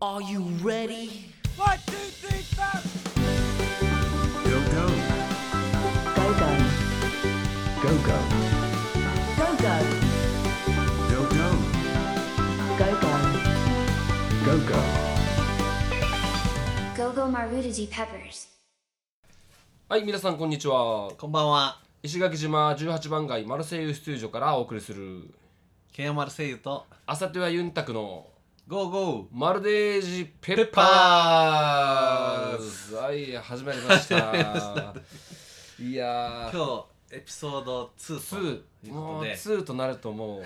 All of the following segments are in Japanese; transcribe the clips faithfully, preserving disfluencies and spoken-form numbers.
Are you ready? One, two, three, four. Go go. Go go. Go go. Go go. Go go. Go go. Go go. Go-Go Marudaji Peppers. はい、皆さんこんにちは。 こんばんは。 石垣島じゅうはちばん街マルセイユスチュージョからお送りするケンマルセイユと朝手はユンタクのゴーゴー。 マルデージペッパーズ。はい、始まりました。いやー、 今日エピソードツーというにもうことで、 にとなるともう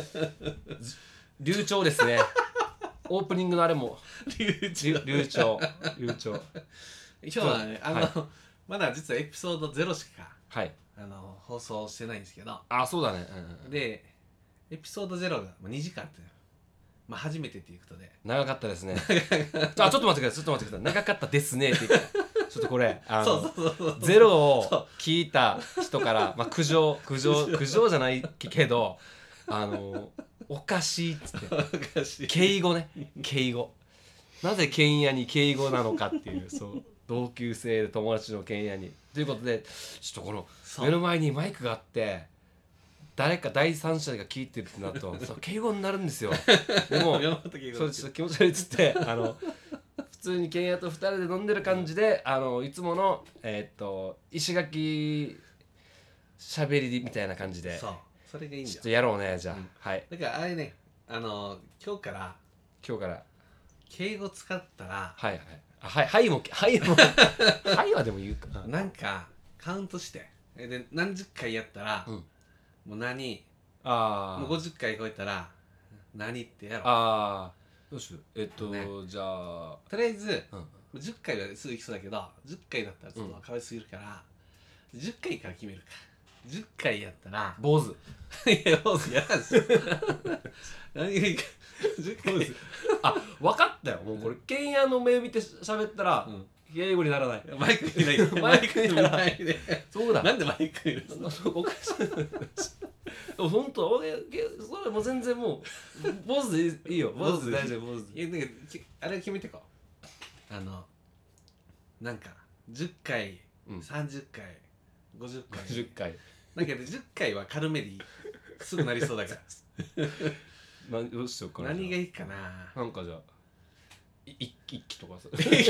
流暢ですね。オープニングのあれも流流流暢流暢。 今日はね、あの、 はいまだ実はエピソードゼロしかはい。 あの放送してないんですけど、 あ、そうだね。うん、 でエピソードゼロがにじかんって、まあ初めてっていうことで、 長かったですね。あ、ちょっと待ってください。ちょっと待ってください。長かったですねって言って。ちょっとこれあのそうそうそうそうゼロを聞いた人からまあ苦情苦情苦情じゃないけどあのおかしいっつっておかしい。 敬語ね敬語なぜ剣屋に敬語なのかっていうそう同級生友達の剣屋にということでちょっとこのそう目の前にマイクがあって誰か第三者が聞いてるってなるとそう敬語になるんですよ。でも山本敬語そうちょっと気持ち悪いっつってあの普通に剣屋とふたりで飲んでる感じであのいつものえー、っと石垣しゃべりみたいな感じでそうそれがいいんだよちょっと。やろうねじゃあ、 うんはいだからあれね、あの今日から今日から敬語使ったらはいはいあはいはいもはいもはいはでも言うかななんかカウントしてえで何十回やったら、 うんもう何あーもうごじゅっかい超えたら何ってやろう。 あーどうしようえっと、 ねじゃあとりあえずうんじゅっかいはすぐいきそうだけどじゅっかいだったらちょっとかわいすぎるから、じゅっかいから決めるか。じゅっかいやったら坊主いや坊主やらんし何がいいかじゅっかいあ分かったよもうこれ剣屋の目見て喋ったら、 うん敬語にならないマイク見ないでマイク見ないマイク見ないでそうだなんでマイク見るのおかしいでも本当俺それもう全然もう坊主でいいいいよ坊主で大丈夫坊主でいやなんかきあれを決めてこう。あのなんかじゅっかい、 うんさんじゅっかいごじゅっかいじゅっかいなんかじゅっかいは軽めでいいすぐなりそうだからなどうしようかな何がいいかな。 なんかじゃあい一一期とかさ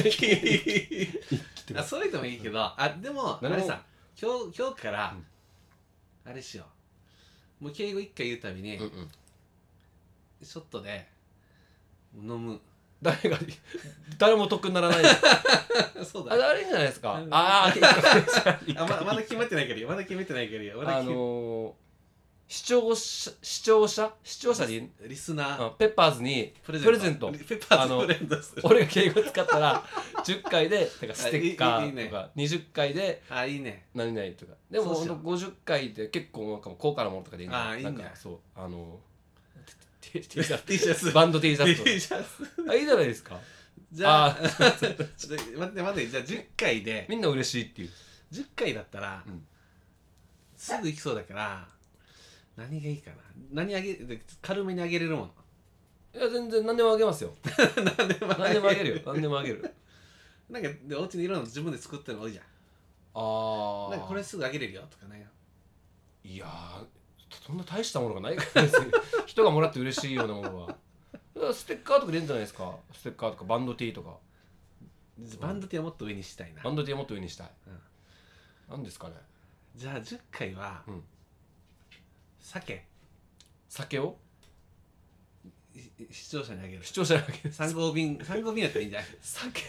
あそれでもいいけど、あでもあ何もれさ今日今日から、 うんあれしよう。もう敬語いっかい言うたびに、 うんうんショットで飲む。 誰が誰も得にならないそうだああれいいんじゃないですかうんあーあままだ決まってないからよまだ決めてないからよまだあ決めのー、視聴者視聴者視聴者にリスナーあペッパーズにプレゼントペッパーズあのプレゼントする。 俺が敬語使ったらじゅっかいでてかステッカあいいいいねーとかにじゅっかいであいいね。 何々とかでもそうしようほんとごじゅっかいで結構なんか高価なものとかでいいんだあいいねなんかそうあの T シャツ T シャツバンド T シャツ T シャツとあいいじゃないですかじゃああちょっと待って待ってじゃあじゅっかいでみんな嬉しいっていうじゅっかいだったら、 うんすぐ行きそうだから何がいいかな。何あげで軽めにあげれるもの。 いや全然何でもあげますよ何でも何でもあげるよ何でもあげるなんかでお家にいろんなの自分で作ってるの多いじゃん。 ああなんかこれすぐあげれるよとかね。 いやーそんな大したものがないから別に人がもらって嬉しいようなものはだからステッカーとか入れるんじゃないですか。ステッカーとかバンド T とかバンドテはもっと上にしたいな。 バンド T はもっと上にしたい、 うんなんですかねじゃあじゅっかいは、 うん酒酒をい視聴者にあげる。 視聴者にあげる三合瓶三合瓶やったらいいんじゃない酒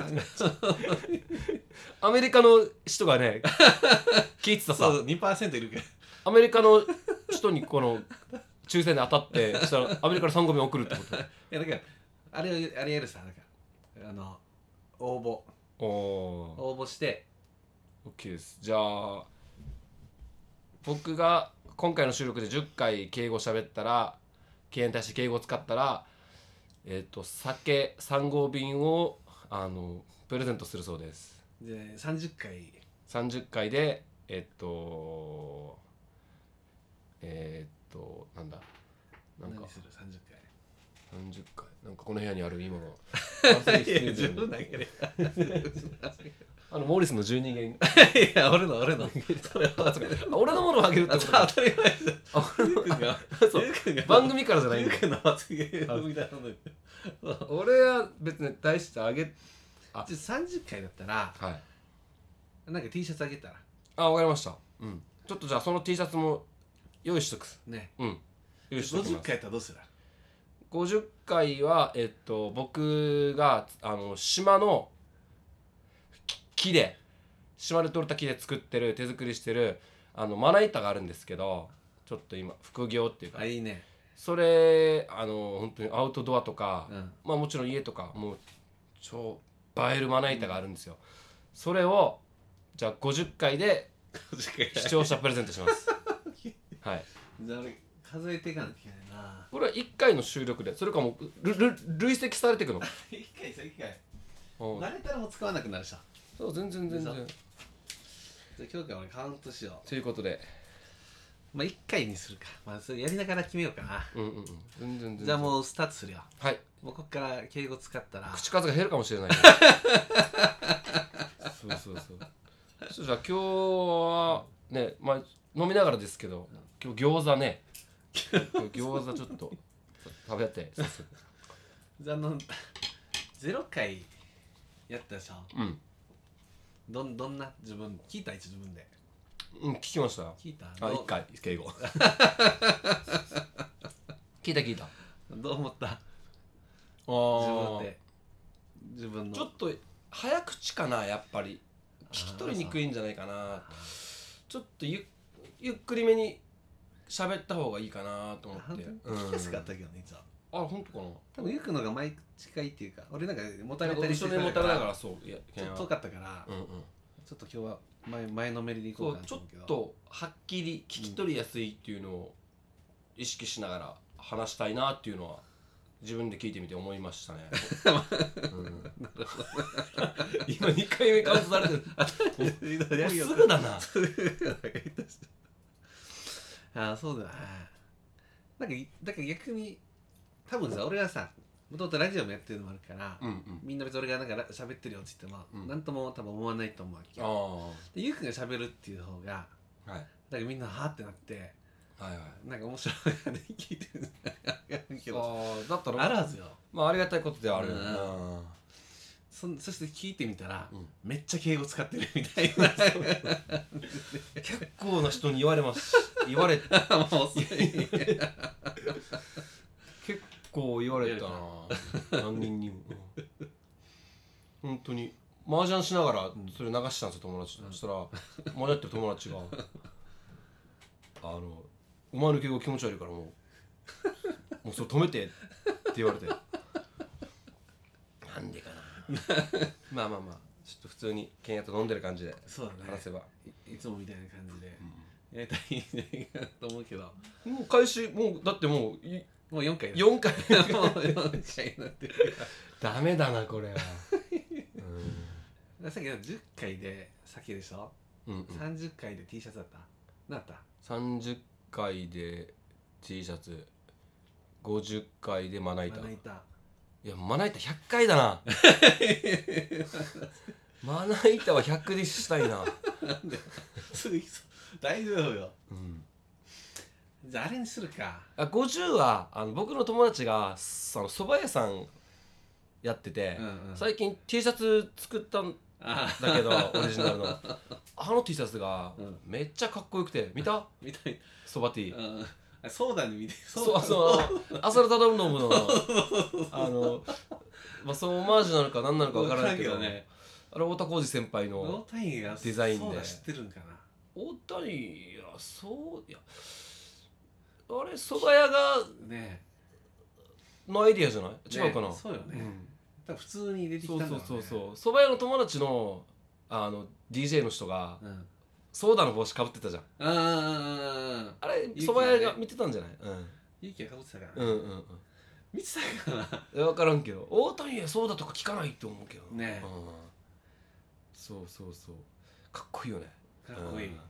アメリカの人がね聞いてたさそうにパーセントいるからアメリカの人にこの抽選で当たってそしたらアメリカのさんごびん送るってこといやだからあれをあれやるさなんかあの応募おお応募して OK ですじゃあ僕が今回の収録でじゅっかい敬語喋ったら敬遠に対して敬語を使ったらえっ、ー、と酒さん合瓶をあのプレゼントするそうです。 でさんじゅっかいさんじゅっかいでえっ、ー、とえっ、ー、となんだなんか何するさんじゅっかいさんじゅっかいなんかこの部屋にある今の男性いや自必要分だけであのモーリスのじゅうにげんいや俺の俺のそれはあ俺のものをあげるってこと当かたり前ですあゆうくんがそうゆうくんが番組からじゃないんだゆうくんの発言みたいなの俺は別に大してあげあじゃあさんじゅっかいだったらはいなんか T シャツあげたらあわかりましたうんちょっとじゃあその T シャツも用意しとくねうん用意しとごじゅっきますかいやったらどうするごじゅっかいはえっと僕があの島のき木で島で採れた木で作ってる手作りしてるあのまな板があるんですけどちょっと今副業っていうかあいいねそれあの本当にアウトドアとか、 うんまあもちろん家とかもう超映えるまな板があるんですよ、それをじゃあごじゅっかいでごじゅっかい視聴者プレゼントしますはいじゃあ俺数えていかなきゃいけないなこれはいっかいの収録でそれかもうるる累積されていくの一回さ一回うん慣れたらもう使わなくなるしさそう全然全然じゃあ今日から俺カウントしよということでうまあいっかいにするかまあそれやりながら決めようかなうんうんうん全然全然じゃあもうスタートするよはいもうこっから敬語使ったら口数が減るかもしれないそうそうそうそうじゃあ今日はねまあ飲みながらですけど今日餃子ね今日餃子ちょっと食べて早速じゃああのゼロかいやったでしょうんどんどんな自分聞いた一自分でうん聞きました聞いたあ一回敬語聞いた聞いたどう思ったあ自分で自分のちょっと早口かなやっぱり聞き取りにくいんじゃないかなちょっとゆゆっくりめに喋った方がいいかなと思本って当に聞きやすかったけどね実はあ本当かな多分ゆうくんのが前近いっていうか俺なんかもたれ後たりしてたろにもたれながらそういやちょっと遠かったから、 うんうんちょっと今日は前前のめりでいこそううかなちょっと思うけどとはっきり聞き取りやすいっていうのを意識しながら話したいなっていうのは自分で聞いてみて思いましたね、うん、今にかいめカウントされてるもうすぐだなああそうだななんかだから逆に多分さ俺がさもともとラジオもやってるのもあるから、 うんうんみんな別に俺がなんか喋ってるよって言っても、 うんなんとも多分思わないと思うわけあよあでゆうくんが喋るっていう方がはいだからみんなはーってなってはいはいなんか面白いなって聞いてるけどああだったらあるはずよまあありがたいことではあるようんなそそして聞いてみたら、 うんめっちゃ敬語使ってるみたいな結構な人に言われます言われてもう遅い結構言われたな何人にも、うん、本当に麻雀しながらそれ流したんですよ友達と、そしたら麻雀やってる友達があのお前の敬語気持ち悪いからもうもうそれ止めてって言われてなんでかなまあまあまあちょっと普通にケンヤと飲んでる感じでそうだね話せば、 い, いつもみたいな感じで、やりたいんじゃないかなと思うけどもう開始もうだってもういもうよんかいだよんかいもうよんかいになってるダメだなこれはさっきのじゅっかいで酒でしょ、 うん、うんうん、 さんじゅっかいで T シャツだったなったさんじゅっかいで T シャツごじゅっかいでまな板まな板いやまな板ひゃっかいだなまな板はひゃくでしたいな、 なんですぐ大丈夫ようん、 じゃああれにするかあごじゅうはあの僕の友達がその蕎麦屋さんやってて、 うんうん最近 T シャツ作ったんあだけどオリジナルのあの T シャツがうんめっちゃかっこよくて見たみたいそば T うんあそうだね見てそうそう浅田忠信のあのまあそのオマージュなのか何なのか分からないけどわからんねあれ太田浩二先輩大の谷がデザインでそうだ知ってるんかな大谷いやそういやあれ蕎麦屋がねのアイディアじゃないえ違うかな、 ねそうよね、 うん多分普通に出てきたんだろうねそうそうそうそう蕎麦屋の友達のあの ディージェー の人がうんソーダの帽子かぶってたじゃんあーあれ勇気蕎麦屋が見てたんじゃない勇気がかぶってたからうんうんうんうん見てたかな分からんけど大谷はそうだとか聞かないと思うけどねえうん、そうそうそうかっこいいよねかっこいい、 うん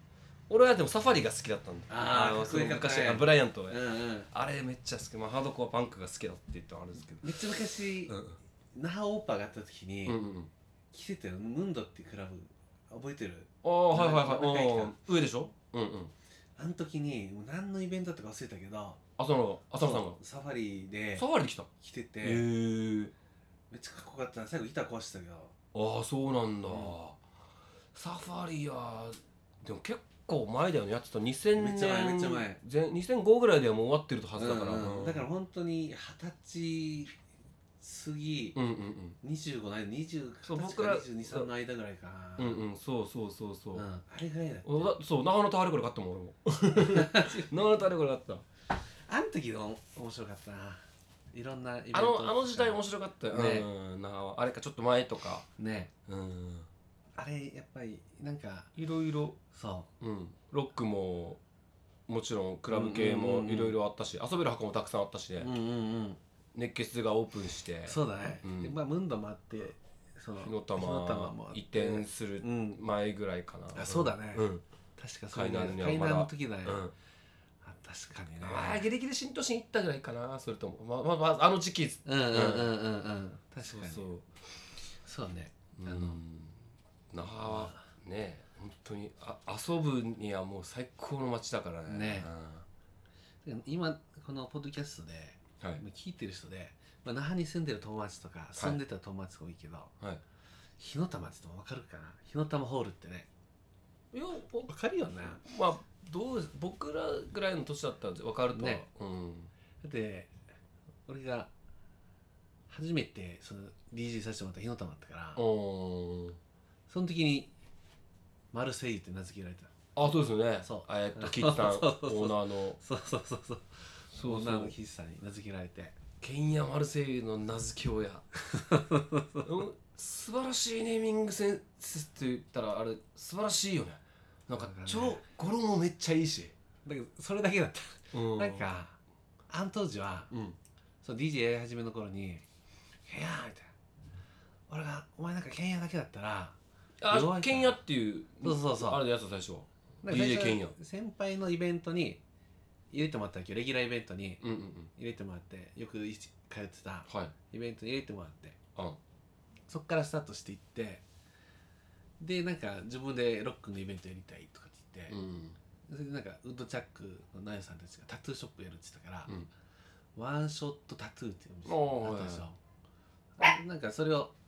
俺はでもサファリが好きだったんだ。 あーのかっこよかったね昔あブライアントね、 うんうんあれめっちゃ好き。まあハードコアパンクが好きだって言ったらあれですけど。 めっちゃ昔、 うん那覇オーパーがあった時に、 うんうんうん。 来てたよムンドっていうクラブ覚えてる？ ああはいはい中井はい。 貴うん上でしょ。うんうん。 あの時にもう何のイベントだったか忘れたけど浅野浅野さんがサファリでサファリで来た。 来てて、 へえ。 めっちゃかっこよかった最後ギター壊してたけどああそうなんだ、 うんサファリはでも結構前だよね。やってたにせんねんめっちゃ前めっちゃ前前にせんごぐらいではもう終わってるはずだから、 うんうんうんだから本当に二十歳過ぎ、 うんうんにじゅうごの間にじゅうそう僕ら僕らにじゅうに、さんの間ぐらいかなうんうんうんそうそうそうそう、 うんあれぐらいだったおだそう長野タワーレコード買ったもん俺も長野タワーレコード買ったあの時の面白かったないろんなイベントあのあの時代面白かったよねうんなあれかちょっと前とかねうんあれやっぱりなんかいろいろそうんロックももちろんクラブ系もいろいろあったし、遊べる箱もたくさんあったしね、 ううんうんうん熱血がオープンしてそうだね、 うんでまあムンドもあってその火の玉火の玉もあって移転するうん前ぐらいかな、 あそうだねうん確かそうね海南には海まだ南の時だよ、 うんあ確かにねまあギリギリ新都心行ったぐらいかな。それともまあまあ、まあ、あの時期うんうんうんうんうん確かにそうそうねそうあの那覇はね本当にあ遊ぶにはもう最高の街だからねね今このポッドキャストでうんはい聞いてる人で、まあ、那覇に住んでる友達とか住んでた友達が多いけど、 はい火の玉って言っても分かるかな火の玉ホールってねいやぼ分かるよねまあどう僕らぐらいの年だったら分かるとは、 ねうんだって俺が初めてその ディージェー させてもらった火の玉だったからおーその時にマルセイユって名付けられたあそうですよねそうえっとキッズさんそうそうそうオーナーのそうそうそうそうそう女のそうキスさんに名付けられてケンヤ・マルセイユの名付け親うん素晴らしいネーミングセンスって言ったらあれ素晴らしいよね。なんか超語呂もめっちゃいいし、 だけどそれだけだったうんなんかあの当時はうんその ディージェー やり始めの頃に「ケンヤ」みたいな俺が「お前なんかケンヤだけだったら弱いからあケンヤっていうそうそうそうあれでやつ最初はなんか最ディージェー初ケンヤ先輩のイベントに入れてもらったわけどレギュラーイベントにうんうんうん入れてもらってよく通ってたはいイベントに入れてもらってあそっからスタートしていってでなんか自分でロックのイベントやりたいとかって言って、 うんそれでなんかウッドチャックのナヨさんたちがタトゥーショップやるって言ったから、 うんワンショットタトゥーっていうおーのがあったでしょあなんかそれを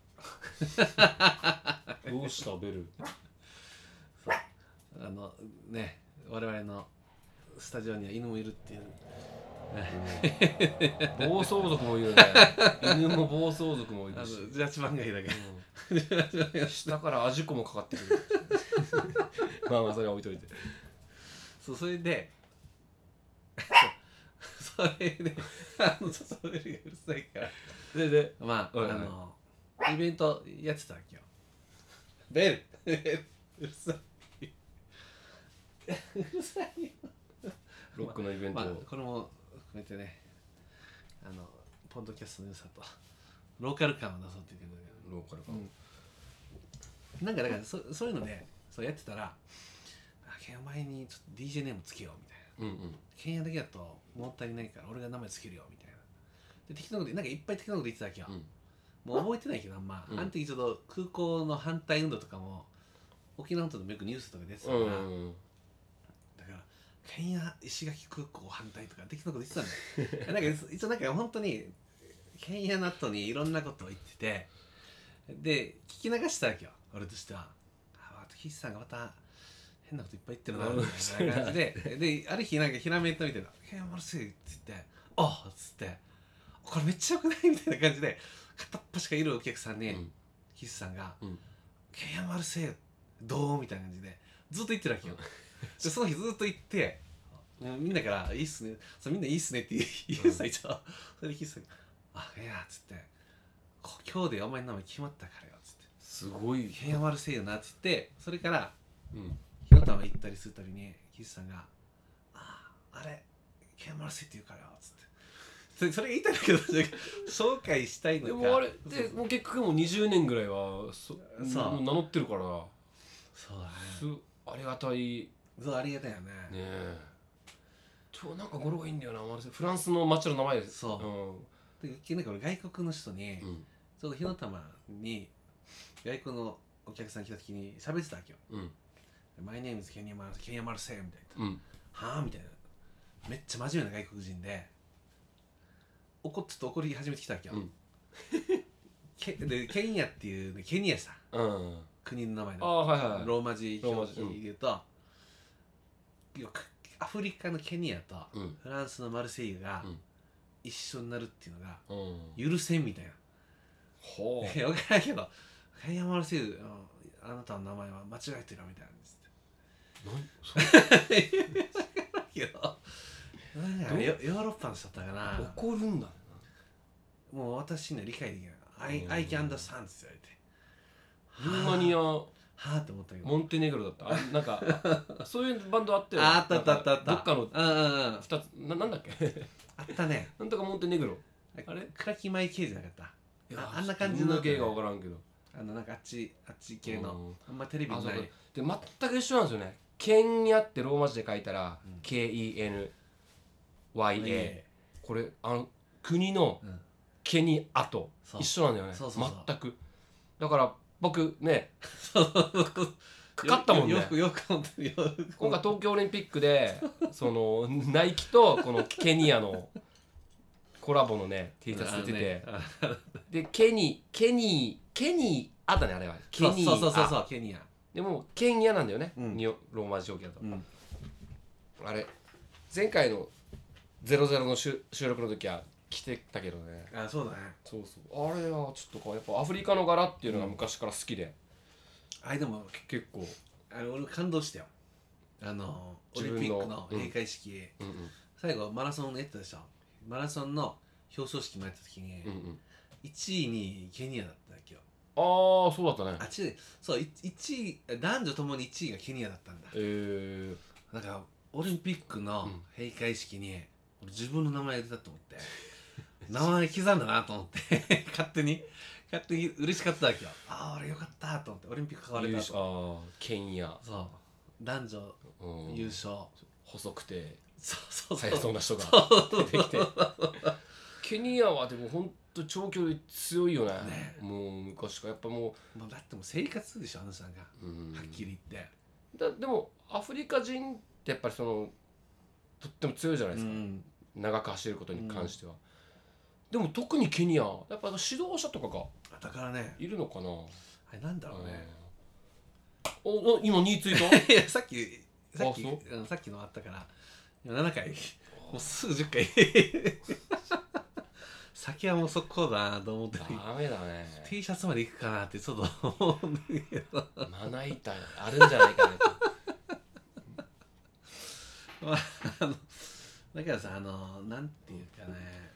どうしたベルあのね我々のスタジオには犬もいるっていう暴走族もいるね犬も暴走族もいあのるし、 ジャッジ番外だけうん下からアジコもかかってくるまあまあそれは置いといてそうそれでそれであのちょっとベルがうるさいからででまあ、 はいはいあのイベントやってたわけよベルうるさいうるさいよロックのイベントを、 まあ、これも含めてねあのポッドキャストの良さとローカル感を出そうって言ってるんだローカルか、 けど、なんかだからそそういうのでそうやってたらあケンヤ前にちょっと ディージェー ネームつけようみたいなうんうんケンヤだけだと物足りないから俺が名前つけるよみたいなで適当なことなんかいっぱい適当なこと言ってたわけよ、 うんもう覚えてないけどあんま、 うんあの時ちょっと空港の反対運動とかも沖縄のことでもよくニュースとか出てたから、 うんうんだからケンヤ石垣空港反対とか適当なこと言ってたんだよなんか一応なんか本当にケンヤの後にいろんなことを言っててで聞き流したわけよ俺としてはあ岸さんがまた変なこといっぱい言ってるなみたいな感じでである日なんかひらめいたみたいな「ケンヤマルセイユ」って言って「あっ」つって「これめっちゃよくない?」みたいな感じで片っ端からいるお客さんにうん岸さんがうん 「ケンヤマルセイユどう?」みたいな感じでずっと言ってるわけよでその日ずっと言ってもうみんなから「いいっすね」そうみんないいっすねって言うさ一応それで岸さんが「あいや」っつって「こ今日でお前の名前決まったからよ」っつってすごい 「ケンヤマルセイユな」っつってそれからうん火の玉行ったりするたびに岸さんが「あああれケンヤマルセイユって言うからよ」っつってそれそれが言いたいんだけど紹介したいのかでもあれでもう結局もうにじゅうねんぐらいはそそう名乗ってるからそうだねすありがたいそうありがたいよねねえ超なんか語呂がいいんだよなマルセイユフランスの街の名前ですそうでなんか俺外国の人に、 うんうんちょうど火の玉に外国のお客さん来た時に喋ってたわけようん 「My name is Kenya Mar- Kenya Marseille」みたいなうん 「はあ?」みたいなめっちゃ真面目な外国人で怒っちょっと怒り始めてきたわけよ、 うんケでケニアっていう、ね、ケニアさうん国の名前あのあはいはいローマ字表記ローマ字うんで言うと、よくアフリカのケニアとうんフランスのマルセイユがうん一緒になるっていうのがうん許せんみたいな。 ほいや分からんけどケニアマルセイユあのあなたの名前は間違えてるみたいなんですう何それけどなんかヨヨーロッパの人だったかな怒るんだもう私には理解できない I, うん I can understand って言われてルーマニアはあって思ったけどモンテネグロだったあなんかそういうバンドあったよねああったあったあったあったどっかのうんうんうんふたつななんだっけあったねなんとかモンテネグロあれクラキマイ系じゃなかったいやああんな感じのどんな系が分からんけどあのなんかあっちあっち系のうんあんまテレビあそうかにないで全く一緒なんですよねケンヤってローマ字で書いたら、 うんケーイーエヌワイエーえこれあの国のうんケニアとそう一緒なんだよねそうそうそう全くだから僕ねそう勝ったもんねよくよく本当によく今回東京オリンピックでそのナイキとこのケニアのコラボのね T シャツ出てて、 あのねでケニケニケニあったねあれはケニそうそうそうそあうケニアでもケニアなんだよね、 うんニオローマ字表記だと、 うんあれ前回のゼロゼロの収収録の時は着てたけどねあそうだねそうそうあれはちょっとこうやっぱアフリカの柄っていうのが昔から好きで、 あれでも結構あの俺感動したよあのオリンピックの閉会式、 うんうん最後マラソンやってたでしょマラソンの表彰式もやった時に、 うんうんいちいにケニアだったわけよああそうだったねあっちでそういいちい男女ともにいちいがケニアだったんだえー、 だからオリンピックの閉会式に俺自分の名前が出たと思って名前刻んだなと思って勝手に勝手に嬉しかったわけよああ俺よかったと思ってオリンピック変われ優勝たとあーケニア、 そう男女うん、 優勝細くてそうそう速そうな人がそう出てきてケニアはでもほんと長距離強いよねねもう昔からやっぱももうだってもう生活でしょあのさんがう、うん、 はっきり言ってだでもアフリカ人ってやっぱりそのとっても強いじゃないですか、 うん長く走ることに関しては、でも特にケニアやっぱ指導者とかがだからねいるのかなあれなんだろうねうんおお今にいついたいやさっきさっきあそううんさっきのあったから今ななかいもうすぐじゅっかい酒はもう速攻だなと思ってダメだね T シャツまで行くかなってちょっと思うんだけどまな板あるんじゃないかねまああのだからさあのなんていうかね、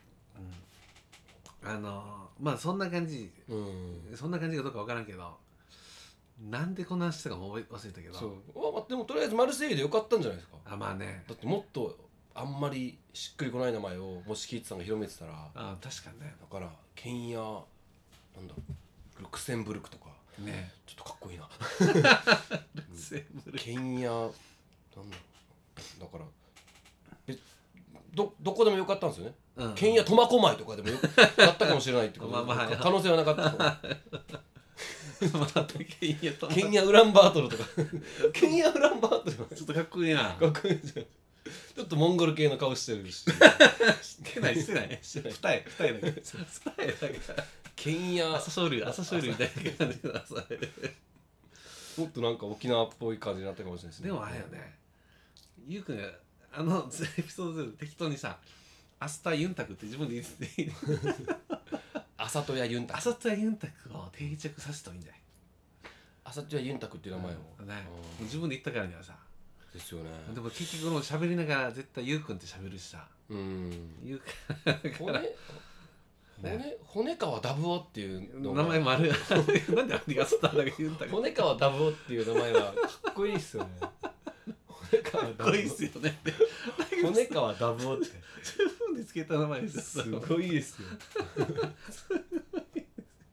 うん、あのまあそんな感じうんそんな感じかどうかわからんけどなんでこんな話したかも覚え忘れたけどそうあまあでもとりあえずマルセイユでよかったんじゃないですかあまあねだってもっとあんまりしっくりこない名前をもしキーツさんが広めてたらあ確かにねだからケンヤなんだルクセンブルクとかねちょっとかっこいいな全部ケンヤなんだだからえどどこでもよかったんですよね、 うんケンヤ苫小牧とかでもよかったかもしれないってことまあまあか可能性はなかったとまたケンヤとケンヤウランバートルとかケンヤウランバートルちょっとかっこいいなかっこいいじゃんちょっとモンゴル系の顔してるししてないしてないしてない二重二重だけ二重だけケンヤ朝青龍朝青龍みたいな感じだもっとなんか沖縄っぽい感じになったかもしれないですねでもあれよねゆうくんがあのエピソードで適当にさアスタユンタクって自分で言ってあさとやユンタクアスタユンタクを定着させたらいいんじゃないあさとやユンタクっていう名前を、 ねうん自分で言ったからにはさですよねでも結局もう喋りながら絶対ゆうくんって喋るしさうんゆう骨骨骨川ダブオっていうくのがん名前もあるなんであれがアスタだけユンタクか骨川ダブオっていう名前はかっこいいっすよね骨川っダブこいいっすよねオ骨川ダブオって自分でつけた名前ですすごいですよ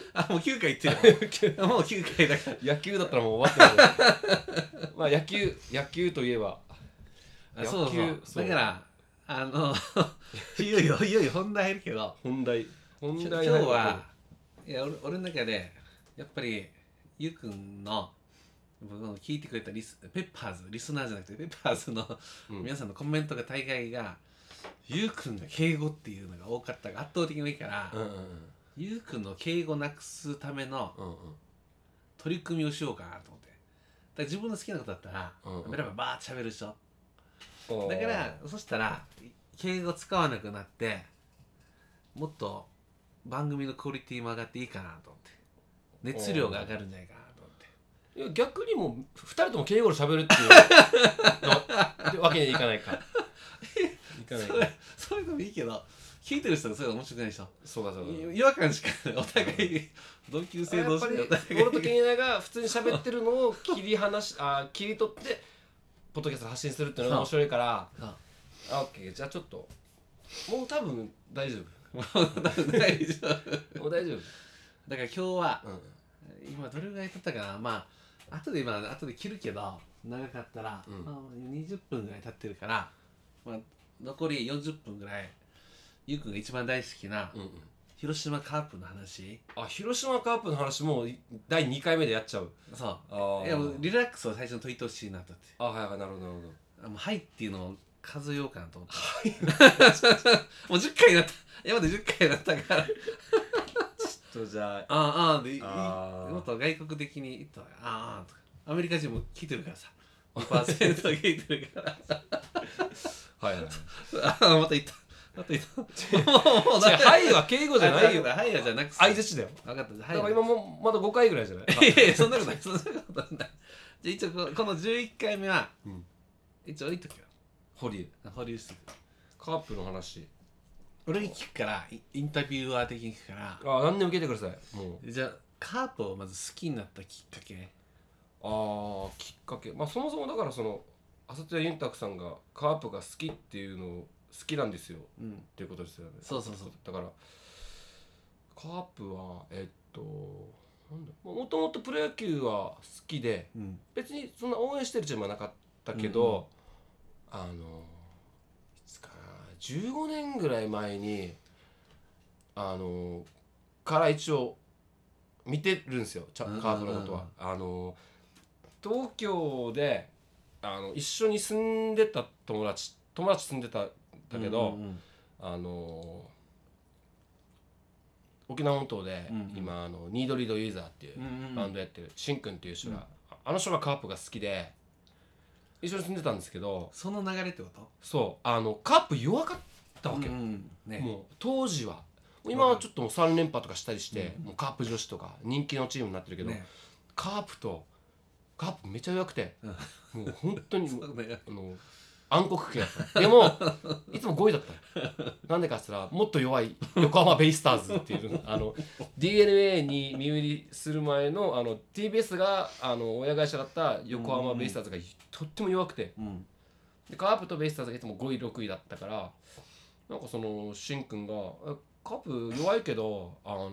あもうきゅうかい行ってるもうきゅうかいだから野球だったらもう終わってるまあ野球野球といえばあそうそう野球だからあのいよいよいよいよ本題入るけど本題本今日題はいや俺俺の中でやっぱりゆうくんの僕の聞いてくれたリスペッパーズリスナーじゃなくてペッパーズのうん皆さんのコメントが大概が、ゆうくんが敬語っていうのが多かったが圧倒的に多いから、 うんうんゆうくんの敬語なくすためのうんうん取り組みをしようかなと思ってだから自分の好きなことだったら、 うんうんベラベラバーッと喋るでしょうんだからそしたら敬語使わなくなってもっと番組のクオリティも上がっていいかなと思って熱量が上がるんじゃないかなと思っていや逆にもうふたりとも敬語で喋るっていうのわけにはいかないかいかないかそれそれでもいいけど聞いてる人がそれ面白くないでしょそうかそうか違和感しかないお互い同級生同やっぱり士でお互い俺とケニアが普通に喋ってるのを切り離しあ切り取ってポッドキャストで発信するっていうのが面白いからそうあオッケーじゃあちょっともう多分大丈もう大丈夫夫もう大丈夫だから今日はうん今どれぐらい経ったかなまあ後で今後で切るけど長かったら、 うんまあ、にじゅっぷんぐらい経ってるから、まあ、残りよんじゅっぷんぐらいゆうくんが一番大好きなうんうん広島カープの話あ広島カープの話もうだいにかいめでやっちゃうそうあーいやもうリラックスを最初に解いてほしいなと思ってあはいはいなるほどなるほどあもうはいっていうのを数えようかなと思ってもうじゅっかいになった今までじゅっかいになったからとじゃあああああでいいあーもっと外国的に言ったらああとかアメリカ人も聞いてるからさにパーセント聞いてるからはいはいああまた言ったまた言ったもう違うはいは敬語じゃないよはいやじゃなくて相づちだよ分かったじゃあだはいから今もまだごかいぐらいじゃないいやいやそんなことないそんなことないじゃあ一応ここのじゅういっかいめは、 うん一応置いとくよホリ保留してくカープの話俺に聞くからイインタビュアー的に聞くからあ何でも受けてくださいもうじゃあカープをまず好きになったきっかけあーきっかけまあそもそもだからその浅田ユンタクさんがカープが好きっていうのを好きなんですようんっていうことですよねそうそうそうだからカープはえっとなんだもともとプロ野球は好きでうん別にそんな応援してるチームはなかったけど、あのいつかなじゅうごねんぐらい前にあのから一応見てるんですよちゃうんうんうんカープのことは。あの東京であの一緒に住んでた友達友達住んでたんだけど、 うんうんあの沖縄本島でうんうん今あのニードリードユーザーっていううんうんバンドやってるしんくんっていう人が、ああの人がカープが好きで一緒に住んでたんですけど、 その流れってことそうあのカープ弱かったわけよ、 うんうんねもう当時は今はちょっともうさん連覇とかしたりして、もうカープ女子とか人気のチームになってるけど、 ねカープとカープめちゃ弱くて、 うんもう本当にそうねあの暗黒系だったでもいつもごいだったなんでかっつったらもっと弱い横浜ベイスターズっていうあの ディーエヌエー に身売りする前のあの ティービーエス があの親会社だった横浜ベイスターズがとっても弱くて、 うんでカープとベイスターズがいつもごいろくいだったからなんかそのしんくんがえカープ弱いけどあの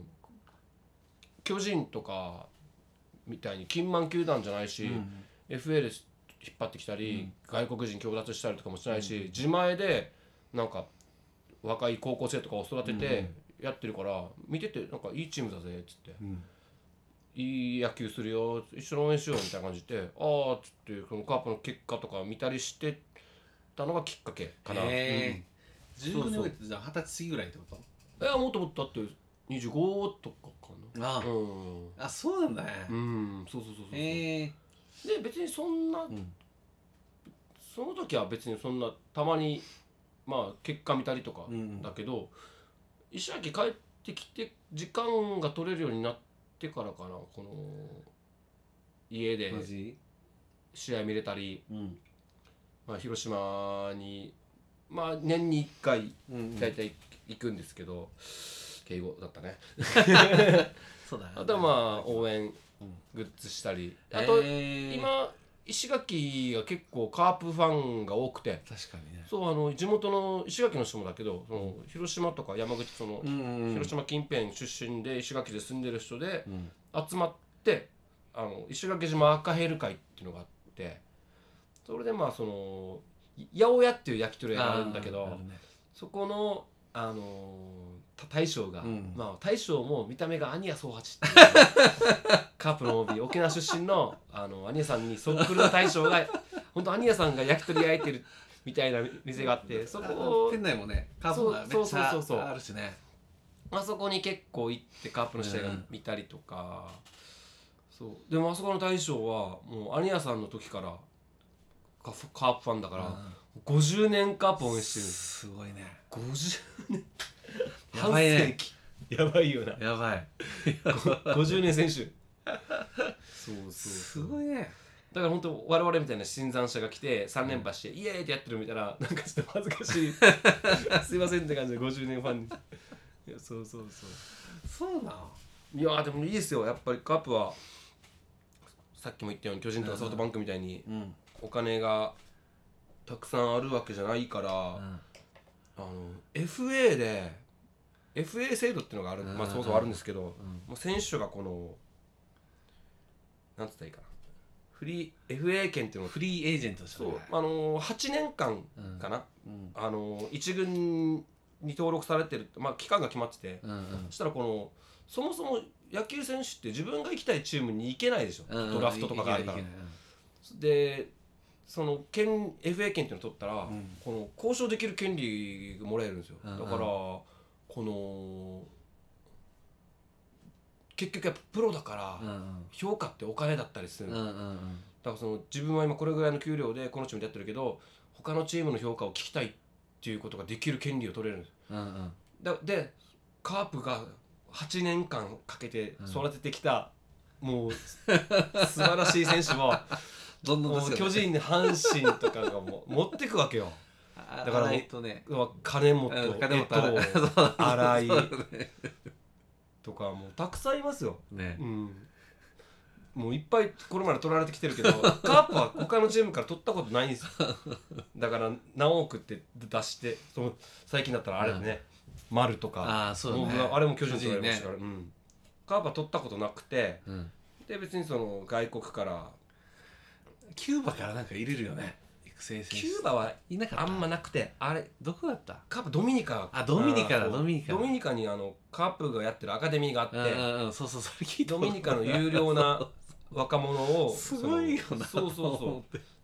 巨人とかみたいに金満球団じゃないし、 うんエフエー で引っ張ってきたり、外国人強奪したりとかもしないし、自前でなんか若い高校生とかを育ててやってるから見ててなんかいいチームだぜっつって、 うんいい野球するよ一緒に応援しようみたいな感じでああっつってそのカープの結果とか見たりしてたのがきっかけかな。 へえうんじゅうごねんぐらいってじゃあはたち過ぎぐらいってこといやもっともっとだってにじゅうごとかかな。 あうん、 あそうなんだねうん、そうそうそうそう。 へえで別にそんな、 うんその時は別にそんなたまにまあ結果見たりとかうんだけど、石垣帰ってきて時間が取れるようになってからかなこの家でマジ試合見れたり、 うんまあ、広島にまあ年にいっかいうん大体行くんですけど、敬語だったね。 そうだよねあとはまあ応援グッズしたり、あとへー今石垣が結構カープファンが多くて、 確かにね。 そうあの地元の石垣の人もだけど、その広島とか山口、その、 うんうんうん、 広島近辺出身で石垣で住んでる人でうん集まって、あの石垣島赤ヘル会っていうのがあって、それでまあその八百屋っていう焼き鳥屋があるんだけど、 あるね、 そこのあのー大将が、 うんまあ大将も見た目がアニヤ宗八っていうカープの オービー 沖縄出身のあのアニヤさんにそっくりの大将が本当アニヤさんが焼き鳥焼いてるみたいな店があって、そこ店内もねカープがめっそうそうちそうそうゃあるしね。 あそこに結構行ってカープの試合が見たりとか、そうでもあそこの大将はもうアニヤさんの時からカカープファンだから、 うんごじゅうねんカープ応援してる。 すごいね。 ごじゅうねんやばいね。 やばいよな。 やばい。 ごじゅうねん選手。そうそうすごいね。 だから本当我々みたいな新参者が来てさん連覇して、うん、イエーイってやってるみたいな、なんかちょっと恥ずかしいすいませんって感じでごじゅうねんファンに。いやそうそうそうそうな。 いやでもいいですよ、やっぱりカープはさっきも言ったように巨人とかソフトバンクみたいにお金がたくさんあるわけじゃないから、うん、あの エフエー で エフエー 制度っていうのがある、まあそもそもあるんですけど、うん、もう選手がこのなんつったらいいかな、フリー エフエー 権っていうのをフリーエージェントですよね。そうあのはちねんかんかな、うんうん、あの一軍に登録されてる、まあ期間が決まってて、うんうん、そしたらこのそもそも野球選手って自分が行きたいチームに行けないでしょ、うんうん、ドラフトとかがあるから。でその権 エフエー 権っていうのを取ったら、うん、この交渉できる権利がもらえるんですよ、うんうん、だからこの結局やっぱプロだから、うんうん、評価ってお金だったりする、うんうんうん、だからその自分は今これぐらいの給料でこのチームでやってるけど他のチームの評価を聞きたいっていうことができる権利を取れるんです、うんうん、だでカープがはちねんかんかけて育ててきた、うん、もう素晴らしい選手もどんどんですよね、巨人に阪神とかがもう持ってくわけよ。だからもう、ね、金本、江藤、新井とかもうたくさんいますよ、ね、うん、もういっぱいこれまで取られてきてるけどカープは他のチームから取ったことないんですよ。だから何億って出してその最近だったらあれね、うん、丸とかあ, そう、ね、 もうあれも巨人取られましたから、ね、うん、カープは取ったことなくて、うん、で別にその外国からキューバからなんか入れるよね、育成選手。 キューバはいなかったあんまなくて、あれどこだった？ カープドミニカ。 あ、ドミニカだ、ドミニカ。 ドミニカにあのカープがやってるアカデミーがあって、 うんうん、そうそうそれ聞いた。 ドミニカの有料な若者をすごいよな。 そうそうそう。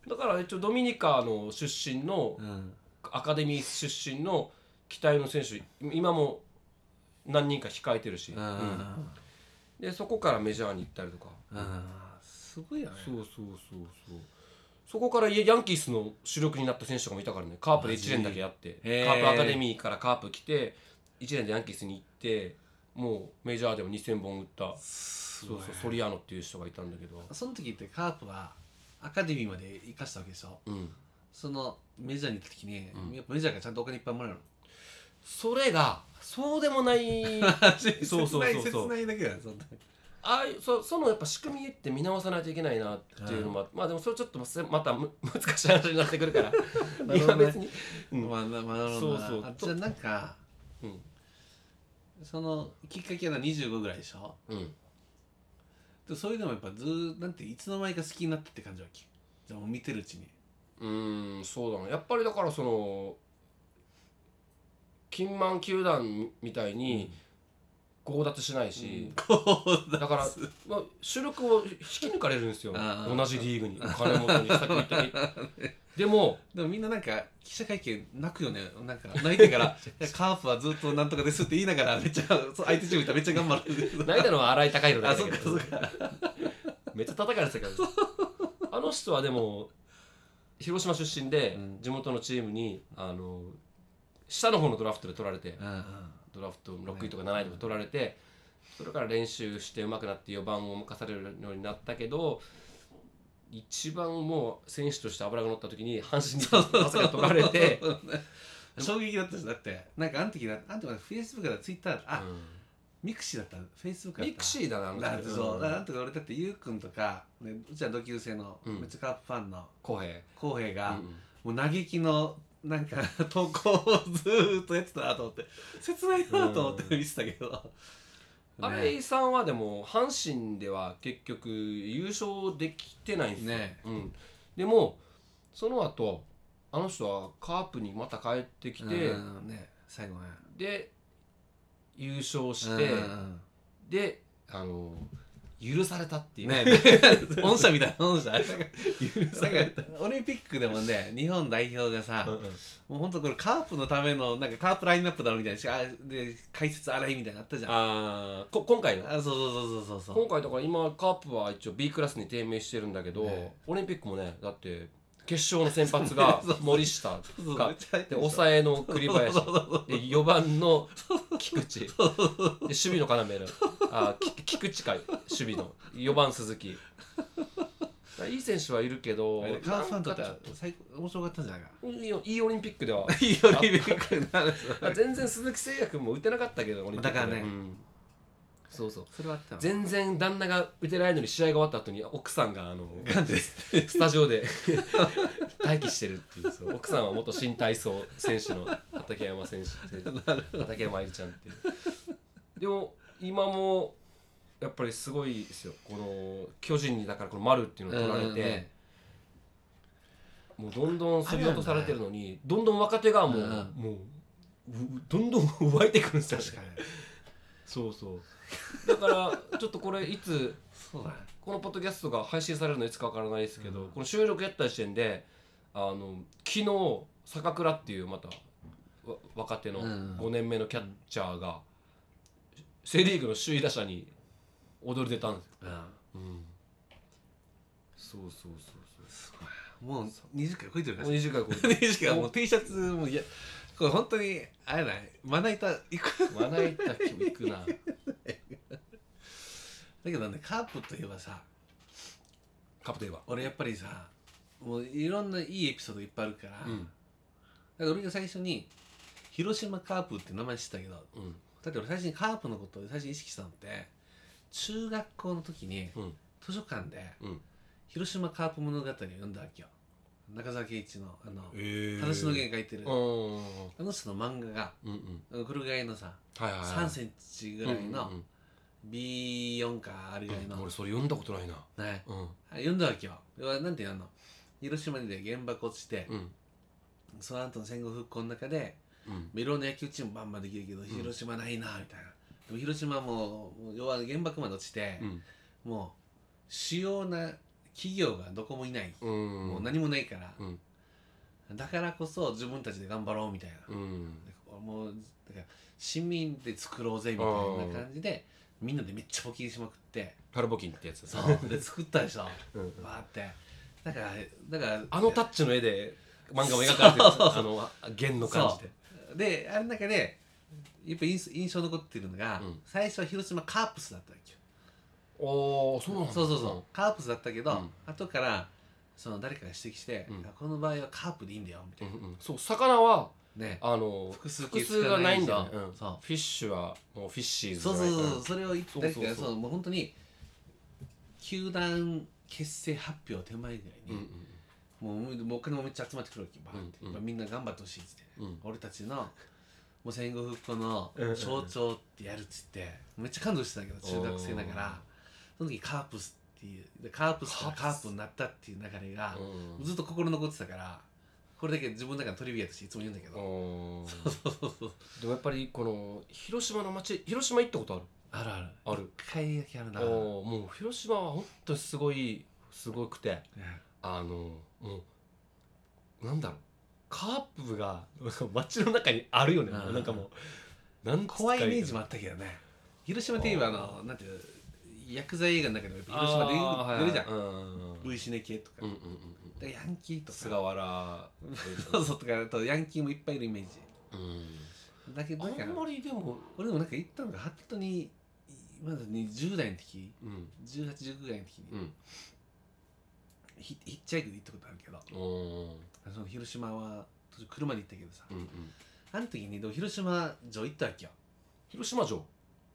だから一応ドミニカの出身の、うん、アカデミー出身の期待の選手今も何人か控えてるし、うんうん、でそこからメジャーに行ったりとか。 うん、すごいよね。 そうそうそうそう。そこからヤンキースの主力になった選手とかもいたからね。カープでいちねんだけやって、カープアカデミーからカープ来ていちねんでヤンキースに行って、もうメジャーでもにせんぼん打った、そうそうソリアーノっていう人がいたんだけど、 その時ってカープはアカデミーまで行かしたわけでしょ。うん、そのメジャーに行った時に、うん、やっぱメジャーがちゃんとお金いっぱいもらえるの。 それがそうでもないそうそうそうそう切ないだけだよそんな。 ああいう そ, そのやっぱ仕組みって見直さないといけないなっていうのも、うん、まあでもそれちょっとまたむ難しい話になってくるから今別に、 うん、まあまあなるほどな。そうそう。じゃあなんか、うん、そのきっかけはにじゅうごぐらいでしょ。うん。でそれでもやっぱずーなんていつの間にか好きになったって感じわけ。じゃあもう見てるうちに。 うーんそうだね。やっぱりだからその金満球団みたいに、うん強奪しないし、うん、だから、まあ、主力を引き抜かれるんですよ同じリーグに金本にさっき言ったようにでもでもみんななんか記者会見泣くよね。なんか泣いてからカープはずっとなんとかですって言いながらめっちゃ相手チームいたらめっちゃ頑張る泣いたのは新井貴弘だけどあそっかそっかめっちゃ叩かれてたからあの人はでも広島出身で地元のチームにあの下の方のドラフトで取られて、うんうんドラフトろくいとかなないとか取られて、それから練習して上手くなってよばんを任されるようになったけど、一番もう選手として脂が乗った時に阪神にまさか取られて衝撃だったし、だってなんかあの時あの時フェイスブックだツイッターあ、うん、 ミクシーだったフェイスブックだったミクシーだなあのだってそう、 うんだからなんとか俺だってゆうくんとか、ね、うちは同級生のうんめっちゃカープファンの浩平浩平が、 うんうんもう嘆きのなんか投稿をずーっとやってたなと思って切ないなと思って見てたけど、 新井さんはでも阪神では結局優勝できてないんですよ、 ねうん、でもその後あの人はカープにまた帰ってきて、 うんね最後ねで優勝して、 うんうんであの許されたっていう、 ね御社みたいな御社なんかオリンピックでもね日本代表がさ、 うんうんもうほんとこれカープのためのなんかカープラインナップだろみたいなしあで解説荒いみたいなのあったじゃん。ああこ今回のそうそうそうそうそう今回だから今カープは一応 B クラスに低迷してるんだけど、 ねオリンピックもねだって決勝の先発が森下そうそうがめっちゃ入ってでるでしょ抑えの栗林そうそうそうでよばんの菊池で守備の要のあき菊池か守備のよばん鈴木いい選手はいるけどあれカープファンにとってはなんかちょっ最高面白かったんじゃないかといいよいいオリンピックではいいオリンピックになる全然鈴木誠也君も打てなかったけどオリンピックでだからねうんそうそうそれはあったの全然旦那が打てないのに試合が終わった後に奥さんがあのなんでスタジオで待機してるっていうそう奥さんは元新体操選手の畠山選手畠山愛理ちゃんっていうでも今もやっぱりすごいですよこの巨人にだからこの丸っていうのを取られて、 うんうんねもうどんどん競り落とされてるのにどんどん若手がもう、 うんもううどんどん湧いてくるんですよね確かにそうそうだからちょっとこれいつそうだねこのポッドキャストが配信されるのいつかわからないですけど、この収録やった時点であの昨日坂倉っていうまたわ若手のうんごねんめのキャッチャーがセ・リーグの首位打者に躍り出たんですよ、 うんうん、そうそうそうもうにじゅっかい超えてるからそうにじゅっかい超えてにじゅっかいもう T シャツもいやこれ本当にあれないまな板いくまな板行くなだけどねカープといえばさカプテンは俺やっぱりさもういろんないいエピソードいっぱいあるから、 うんだから俺が最初に広島カープって名前知ったけどうんだって俺最初にカープのことを最初に意識したのって中学校の時にうん図書館でうん広島カープ物語を読んだわけよ中澤圭一のあのえ話の源書いてるうんあの人の漫画がうんうんこれぐらいのさはいはいはいさんセンチぐらいのうんうんうんビーよん かあるぐらいの、 うん俺それ読んだことないなねうん読んだわけよ要はなんていうの広島で原爆落ちて、 うんその後の戦後復興の中でうんいろんな野球チームバンバンできるけど、広島ないなみたいなでも広島ももう要は原爆まで落ちて、 うんもう主要な企業がどこもいない、 うんもう何もないから、 うんだからこそ自分たちで頑張ろうみたいな、 うんもうだから市民で作ろうぜみたいな感じでみんなでめっちゃ募金しまくってパルボキンってやつそうで作ったでしょうんバーってだからだからあのタッチの絵で漫画も描かれてるんですよあの弦の感じでそうであれの中でやっぱ印印象残ってるのが、 うん最初は広島カープスだったわけよおおそうなんだそうそうそうカープスだったけど、 うん後からその誰かが指摘して、 うんあこの場合はカープでいいんだよみたいな、 うんうんそう魚はねあの複数複数がないんだよねそううんフそうィッシュはもうフィッシーズそうそうそう、 うんそれを言ってそうそうそう誰かがそうもう本当に球団結成発表手前ぐらいに、もうもうお金もめっちゃ集まってくるわけバーって、 うんうんやっぱみんな頑張ってほしいっつって、 うん俺たちのもう戦後復興のうんうんうん象徴ってやるっつってめっちゃ感動してたけど中学生ながらその時カープスっていうでカープスからカープになったっていう流れがうんずっと心残ってたからこれだけ自分の中のトリビアとしていつも言うんだけど、 うんそうそうそうでもやっぱりこの広島の街広島行ったことあるあるあるある一回だけあるな、 おーもう広島は本当にすごいすごくてねあのもうなんだろうカープが街の中にあるよねうんなんかもうなんつったら怖いイメーかジもあったけどね広島って言えばあのなんていう薬剤映画の中でも広島であー出るじゃん、 はいはいうんウイシネ系とか、 うんうんうんでヤンキーとか菅原そうそうとかあとヤンキーもいっぱいいるイメージうんだけどなんかあんまりでも俺でもなんか行ったのが本当にまだにじゅう代の時うんじゅうはち、じゅうきゅうぐらいの時に、 うんヒヒッチハイクで行ったことあるけどおその広島は途中車で行ったけどさ、 うんうんあの時にでも広島城行ったわけよ広島城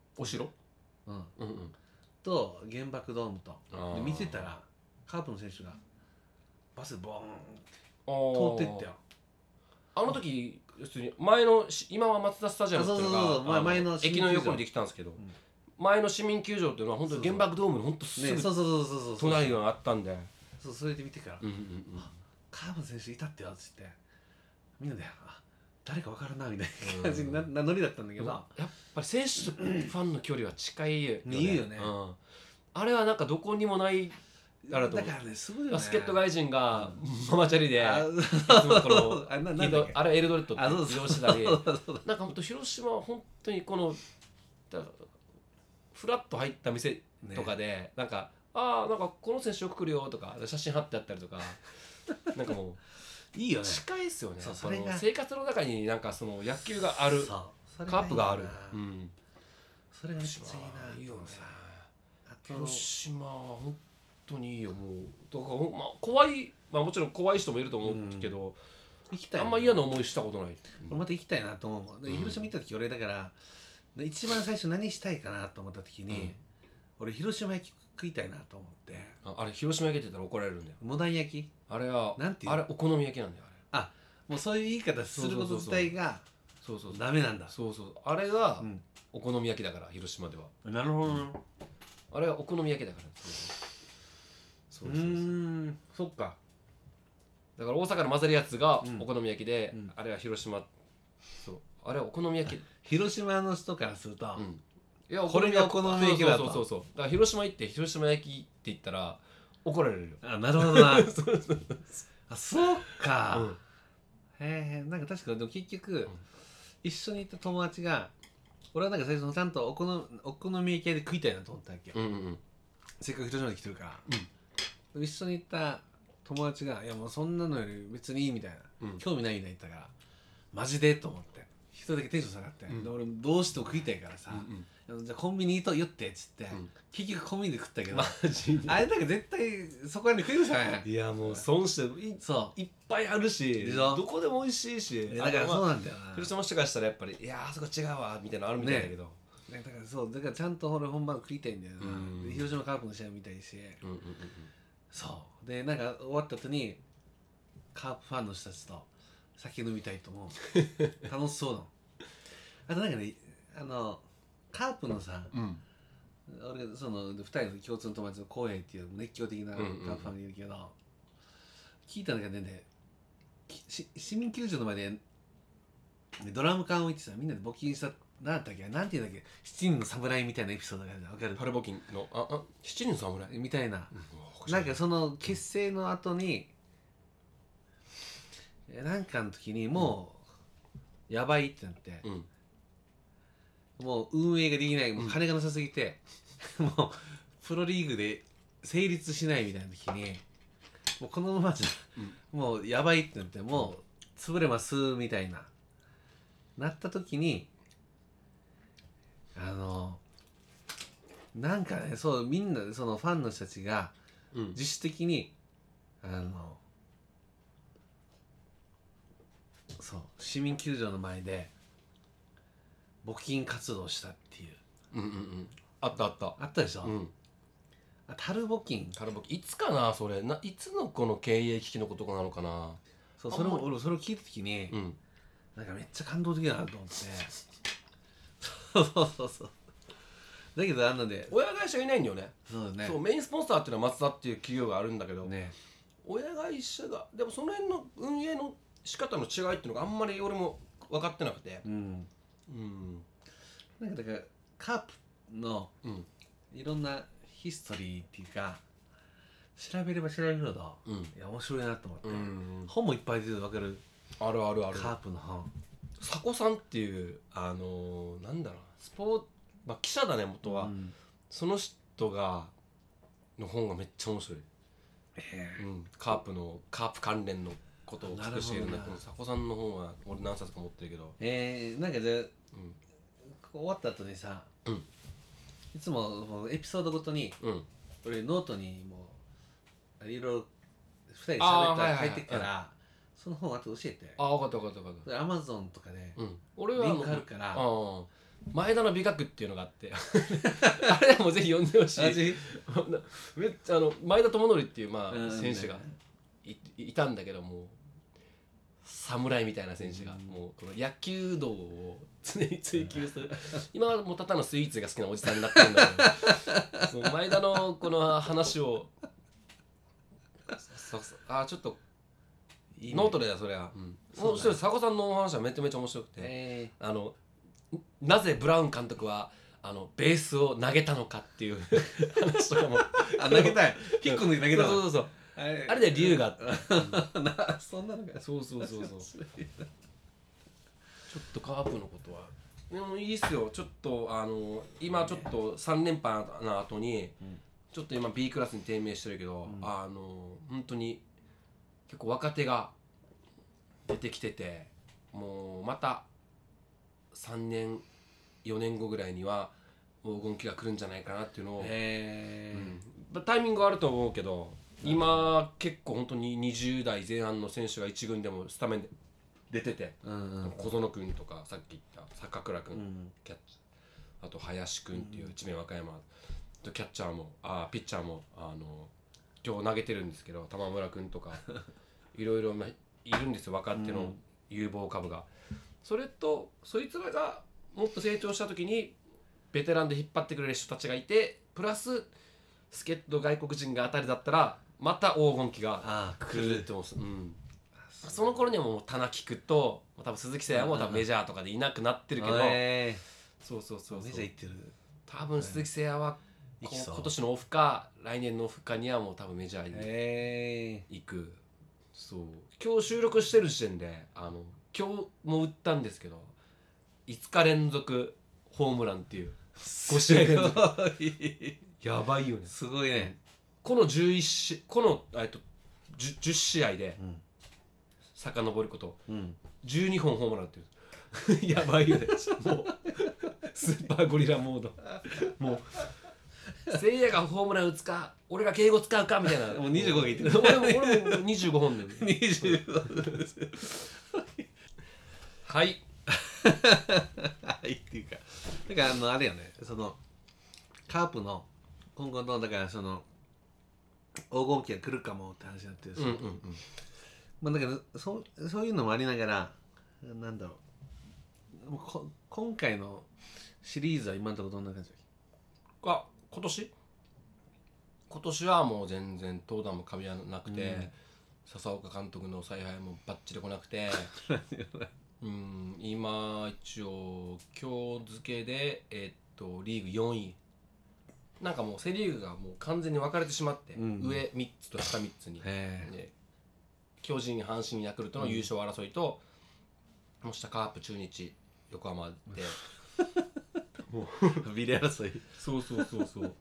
お城、 うん、 うんうん、 と原爆ドームとあーで見てたらカープの選手がバスでボーンあ通ってってよ。 あの時普通に前のし今はマツダスタジアムっていうのあそうそうそうがあの前の市民球場駅の横にできたんですけど、前の市民球場っていうのは本当に原爆ドームの本当すね、 ぐそうそうそうそうそう隣があったんで、 そうそれで見てから、 うんうんうん、 カープの選手いたってよっつってみんなであ誰か分からんなみたいな感じにな、なノリだったんだけど、 やっぱり選手とファンの距離は近いよね。 ねいいよね、 うん、あれはなんかどこにもないあれだと思う。 だからねすごいよね。 バスケット外人がママチャリで、 あいつもこのあななんだっけあれエルドレッドってあそうそう移動してたり、 そうそうそうなんか本当広島は本当にこのだフラッと入った店とかで、なんかああなんかこの選手よく来るよとか写真貼ってあったりとか、なんかもういいよね。 近いですよね。 そうやっぱそれが生活の中になんかその野球がある、 そうそれカープがある。 いいなうん。 それがめっちゃいいないいよね。 あと広島は本当にいいよ。もうだからほんまあ怖い、まあもちろん怖い人もいると思うけど、 行きたいあんま嫌な思いしたことない。 俺また行きたいなと思うもんでうん広島行った時俺だからで一番最初何したいかなと思った時に、 うん俺広島焼き食いたいなと思ってああれ広島焼きって言ったら怒られるんだよ。 モダン焼きあれはなんていうあれお好み焼きなんだよ。あれあもうそういう言い方すること自体がそうそうそう。 ダメなんだ。 そうそう。あれがうんお好み焼きだから広島では。 なるほどな。 あれはお好み焼きだから。そうそうそうそう。 んそっか。 だから大阪の混ぜるやつがうんお好み焼きで、 うんあれは広島、そうあれはお好み焼き、 広島の人からすると、 うん、いやこれがお好み焼きだとそうそうそうそう。だから広島行って広島焼きって言ったら怒られるよ。 あなるほどな。 そうそうそうあそうか。 うんへえなんか確かでも結局、一緒に行った友達が俺はなんか最初ちゃんとお好みお好み焼き屋で食いたいなと思ったわけ、 うんうんせっかく広島に来てるから、一緒に行った友達が「いやもうそんなのより別にいい」みたいな、 うん興味ないみたいな言ったからマジでと思って一人だけテンション下がって、 うんで俺どうしても食いたいからさ、 うんじゃあコンビニと言ってっつって、 ん結局コンビニで食ったけど、 マジであれだけ絶対そこに食えるじゃないいやもう損していそいっぱいあるしでしょどこでも美味しいしうだからあのまあそうなんだよな、 広島の人からしたらやっぱりいやーあそこ違うわみたいなのあるみたいだけど、 ねだからそうだからちゃんと俺本番食いたいんだよな、 うんで広島カープの試合見たいし、 うんうんうんそうでなんか終わった後にカープファンの人たちと酒飲みたいと思う楽しそうなのあとなんかねあのカープのさ、 うん俺そのふたりの共通の友達の浩平っていう熱狂的なカープファンがいるけど、聞いたのがねきし市民球場の前でドラム缶置いてさみんなで募金したなんだったっけなんていうんだっけ七人の侍みたいなエピソードがあるじゃんわかるパルボキンのああ七人の侍みたいな、 うんなんかその結成の後にえなんかの時にもうやばいってなって、 うんもう運営ができないもう金がなさすぎて、もうプロリーグで成立しないみたいな時にもうこのままじゃ、もうやばいってなってもう潰れますみたいななった時にあのなんかねそうみんなそのファンの人たちがうん自主的にあのそう市民球場の前で募金活動したっていううんうんうんあったあったあったでしょ、 うんあ樽募金カルボキいつかなそれないつのこの経営危機のことなのかなそうそれあんまも俺それを聞いた時に、 うんなんかめっちゃ感動的だなと思ってそうそうそうそうだけどあんなで親会社いないんだよねそうだねそうメインスポンサーっていうのはマツダっていう企業があるんだけど、 ね親会社がでもその辺の運営の仕方の違いっていうのがあんまり俺も分かってなくてうんうんなんかだからカープのうんいろんなヒストリーっていうか調べれば調べるほど、 うんいや面白いなと思って、 うん本もいっぱい出てる分かるあるあるあるカープの本佐古さんっていうあのー、なんだろうスポーツ、まあ、記者だね元は、 うんその人がの本がめっちゃ面白い、 えうん、カープのカープ関連のことを聞くしいろんななるほどなこの佐古さんの本は俺何冊か持ってるけど、 えー、なんかじゃあうん終わった後にさ、 うんいつももうエピソードごとにうん、 俺ノートにもういろいろふたりで喋ったあーはいはいはいら書いてっからその本あと教えてあ分かった分かった分かった、 アマゾンとかでうん、俺はリンクあるからああ前田の美学っていうのがあってあれはもうぜひ読んでほしい味めっちゃあの前田智則っていうまあうん選手がいいたんだけども侍みたいな選手がもうこの野球道を常に追求する今はもうただのスイーツが好きなおじさんになってるんだけどその前田のこの話をそうそうあちょっといいねノートでだそれは、うん、 そうだねそして佐古さんのお話はめちゃめちゃ面白くて、 えあのなぜブラウン監督はあのベースを投げたのかっていう話とかもー、あ投げたいキックの時投げたそうそうそうあれあれで理由があってなそんなのかそうそうそうそうちょっとカープのことはでもいいっすよちょっとあの今ちょっとさん連覇の後に、 んちょっと今 B クラスに低迷してるけど、 んあの本当に結構若手が出てきててもうまたさんねんよねんごぐらいには黄金期が来るんじゃないかなっていうのを、 えうん、タイミングはあると思うけど今結構本当ににじゅう代前半の選手が一軍でもスタメンで出てて、 ー、うんうん小園君とかさっき言った坂倉君、 うんキャッチあと林君っていう智弁和歌山とキャッチャーもあピッチャーもあの今日投げてるんですけど玉村君とかいろいろまあいるんですよ若手の有望株が、それとそいつらがもっと成長した時にベテランで引っ張ってくれる人たちがいてプラス助っ人外国人が当たりだったらまた黄金期がああ来ると思うんです、うん、その頃にはもう田中君と多分鈴木誠也も多分メジャーとかでいなくなってるけど、 えそうそうそうー、 そうメジャー行ってる多分鈴木誠也はこ行きそう今年のオフか来年のオフかにはもう多分メジャーにえ行く、そう今日収録してる時点であの今日も打ったんですけどいつか連続ホームランっていうー、 ご試合連続すごいやばいよねすごいね、 このじゅういちしこのえっと 10, じゅっ試合でうん遡ることうん、 じゅうにほんホームランっていうやばいよねもうスーパーゴリラモードもうせいやがホームラン打つか俺が敬語使うかみたいなもうにじゅうごがいってる俺も俺もにじゅうごほんでにじゅうごはいはいっていうかだからあのあれよねそのカープの今後のだからその黄金期が来るかもって話になってるし、 うんうんうんまあ、だからそそういうのもありながらなんだろうもうこ今回のシリーズは今のところどんな感じだっあ今年今年はもう全然登壇もかみ合わなくて、 うん笹岡監督の采配もバッチリ来なくてうん今一応今日付でえっとリーグよんいなんかもうセ・リーグがもう完全に分かれてしまって、 うん上みっつと下みっつに、 へえで巨人阪神ヤクルトの優勝争いと、もう下カープ中日横浜でもうビレ争いそうそうそうそう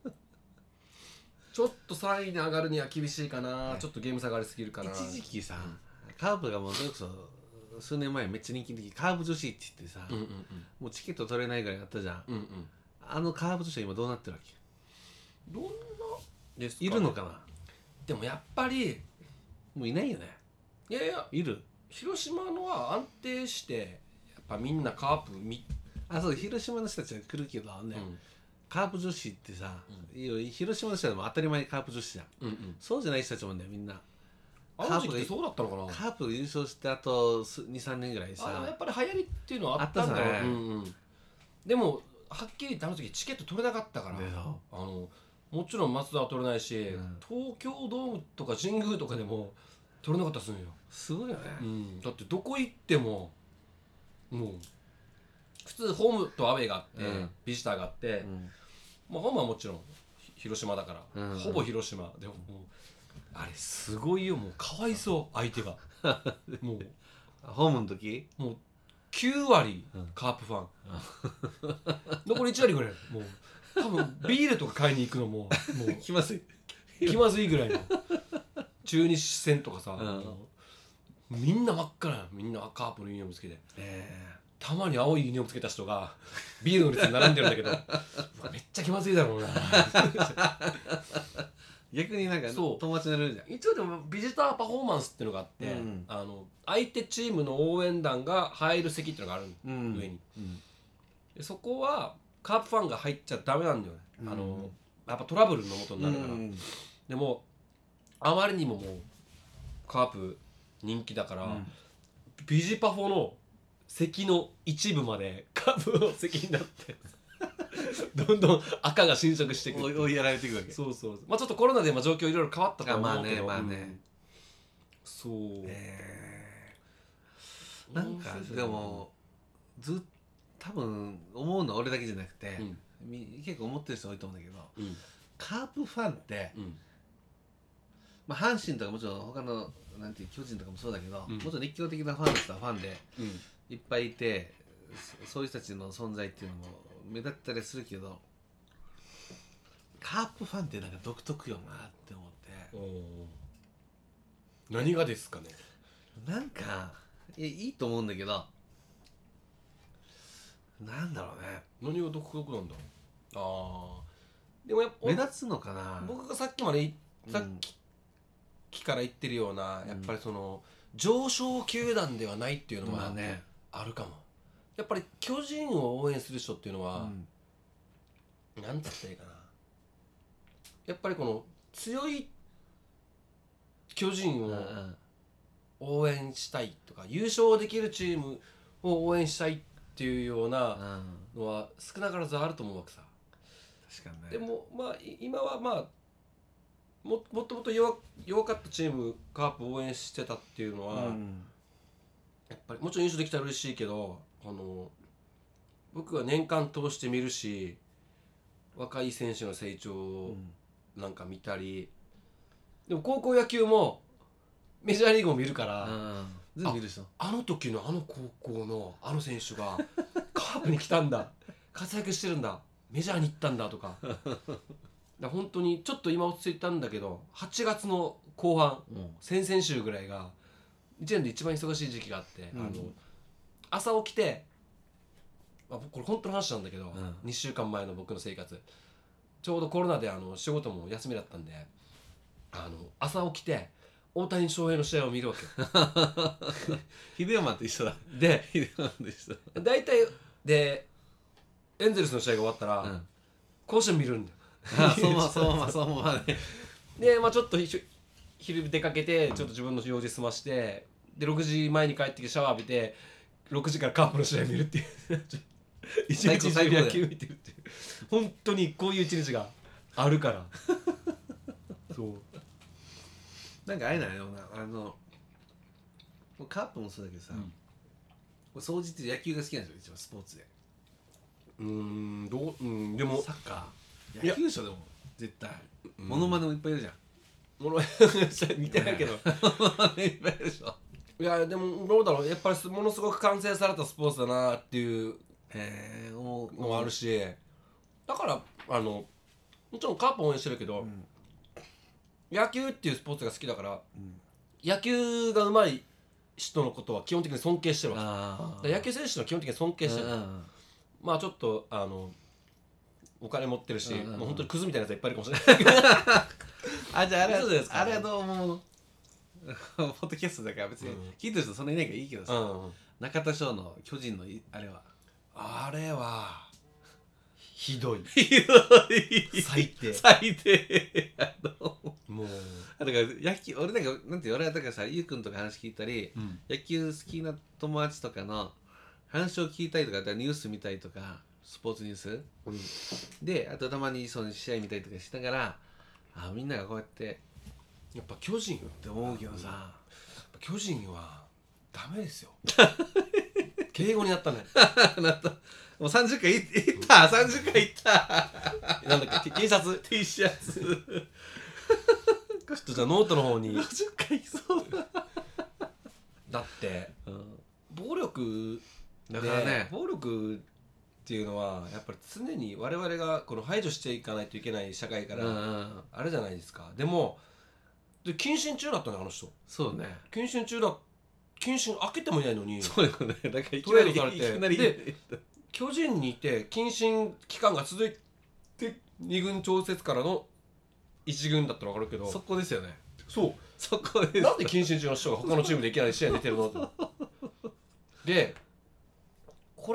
ちょっとさんいに上がるには厳しいかな、 はいちょっとゲーム差がありすぎるかな一時期さ、カープがもうそれこそ数年前めっちゃ人気的カープ女子って言ってさ、 うんうんもうチケット取れないぐらいあったじゃん、 うんうんうんあのカープ女子は今どうなってるわどんなですかけいるのかなでもやっぱりもういないよねいやいやいる広島のは安定してやっぱみんなカープみ、 あそう広島の人たちは来るけどね、 うんカープ女子ってさ、いいよ広島の人はもう当たり前にカープ女子じゃんうんうん、 そうじゃない人たちもんだよみんなあの時期ってそうだったのかなカープが優勝してあとにさんねんぐらいあさやっぱり流行りっていうのはあったんだろう、 あったさねうんうん、でもはっきり言ってあの時チケット取れなかったからでしょあのもちろん松田は取れないし、 うん東京ドームとか神宮とかでも取れなかったりするのよ、 すごいよね、 うん、だってどこ行ってももう普通ホームとアウェーがあって、 うんビジターがあって、 うんまあ、ホームはもちろんひ広島だから、 うんほぼ広島でももうあれすごいよもうかわいそう相手がもうホームの時もうきゅうわりうんカープファン、残りいちわりぐらいもう多分ビールとか買いに行くのももう来ますよ気まずいぐらいの中日戦とかさ、 うんもうみんな真っ赤なみんなカープのユニフォームつけてえたまに青いユニフォームつけた人がビールの列に並んでるんだけどめっちゃ気まずいだろうなー、逆になんかそう友達になれるじゃん一応でもビジターパフォーマンスっていうのがあって、 うんあの相手チームの応援団が入る席っていうのがある、 うん上にうんでそこはカープファンが入っちゃダメなんだよね、うん、あのやっぱトラブルの元になるから、うん、でもあまりにももうカープ人気だから、うん、ビジパフォの席の一部までカープの席になってどんどん赤が侵食していく追いやられていくわけ。 そうそう、まあちょっとコロナでまあ状況いろいろ変わったと思うけど、 まあねまあね、うん、 そう、 えー、なんかでもずっと多分思うのは俺だけじゃなくて、うん、結構思ってる人多いと思うんだけど、うん、カープファンって、うん、まあ阪神とかもちろん他のなんていう巨人とかもそうだけど、うん、もちろん熱狂的なファンの人はファンで、うん、いっぱいいて、そういう人たちの存在っていうのも目立ったりするけど、カープファンってなんか独特よなって思って。 お何がですかね。 なんかいやいいと思うんだけど、なんだろうね。 何が独特なんだろう。ああ。でもやっぱ目立つのかな。 僕がさっきまでさっきから言ってるような、やっぱりその上昇球団ではないっていうのはね、あるかも。やっぱり巨人を応援する人っていうのは、うん、なんて言ったらいいかな。やっぱりこの強い巨人を応援したいとか、優勝できるチームを応援したいっていうようなのは少なからずあると思うわけさ。 確かにね。 でもまあ今はまあ も, もっともっと 弱, 弱かったチームカープを応援してたっていうのは、うん、やっぱりもちろん優勝できたら嬉しいけど、あの僕は年間通して見るし、若い選手の成長をなんか見たり、うん、でも高校野球もメジャーリーグも見るから、うん、 全部見る人あ, あの時のあの高校のあの選手がカープに来たんだ、活躍してるんだ、メジャーに行ったんだとかだ本当にちょっと今落ち着いたんだけど、はちがつの後半、うん、先々週ぐらいがいちねんで一番忙しい時期があって、うん、あの朝起きて、まあ、これ本当の話なんだけど、うん、にしゅうかんまえの僕の生活、ちょうどコロナであの仕事も休みだったんで、あの朝起きて大谷翔平の試合を見るわけよ秀山と一緒だ。 で秀山と一緒だ。 大体でエンゼルスの試合が終わったら、うん、甲子園見るんだよ。 ああそうまそうまそうまね。 でまあちょっと昼出かけてちょっと自分の用事済まして、でろくじまえに帰ってきてシャワー浴びてろくじからカープの試合見るっていう一日中野球見てるっていう、本当にこういう一日があるからそうなんかあれなんよな、あのカープもそうだけどさ、うん、総じて野球が好きなんですよ一番スポーツで。 うーんどう、うん、でもサッカー野球でしょ。でも絶対モノマネもいっぱいいるじゃん。 モノマネ見てないけどモノマネいっぱいいるでしょ。 いやでもどうだろう、やっぱりものすごく完成されたスポーツだなっていうのもあるし、だからあのもちろんカープ応援してるけど、うん、野球っていうスポーツが好きだから、うん、野球が上手い人のことは基本的に尊敬してるわけ。野球選手の基本的に尊敬してる。まあちょっとあのお金持ってるし、もう本当にクズみたいなやついっぱいいるかもしれないけどあ、じゃああれは、ね、あれはどう思うのポッドキャストだから別に聞いてる人そんなにいないからいいけどさ、うん、中田翔の巨人のあれはあれはひどいひどい最低最低あのもうだから野球俺なんかなんて言われたかさ、ゆうくんとか話聞いたり、うん、野球好きな友達とかの話を聞いたりとか、ニュース見たりとかスポーツニュース、うん、であとたまにその試合見たりとかしながら、あみんながこうやってやっぱ巨人って思うけどさ、やっぱ巨人はダメですよ敬語になったねなったもうさんじゅっかいいったさんじゅっかいいったなんだっけ T シャツ T シャツちょっとじゃあノートの方にごじゅっかいいそうだだって、うん、暴力だからね、 暴力っていうのはやっぱり常に我々がこの排除していかないといけない社会からあるじゃないですか。でもで謹慎中だったねあの人。 そうね。 謹慎中だ。謹慎開けてもいないのに。 そうよね。だからいきなりトレードされて、なりで巨人にいて謹慎期間が続いてに軍調節からのいち軍だったら分かるけど。 そこですよね。 そう。 そこです。 なんで謹慎中の人が他のチームでいきなり試合に出てるのって。でこれ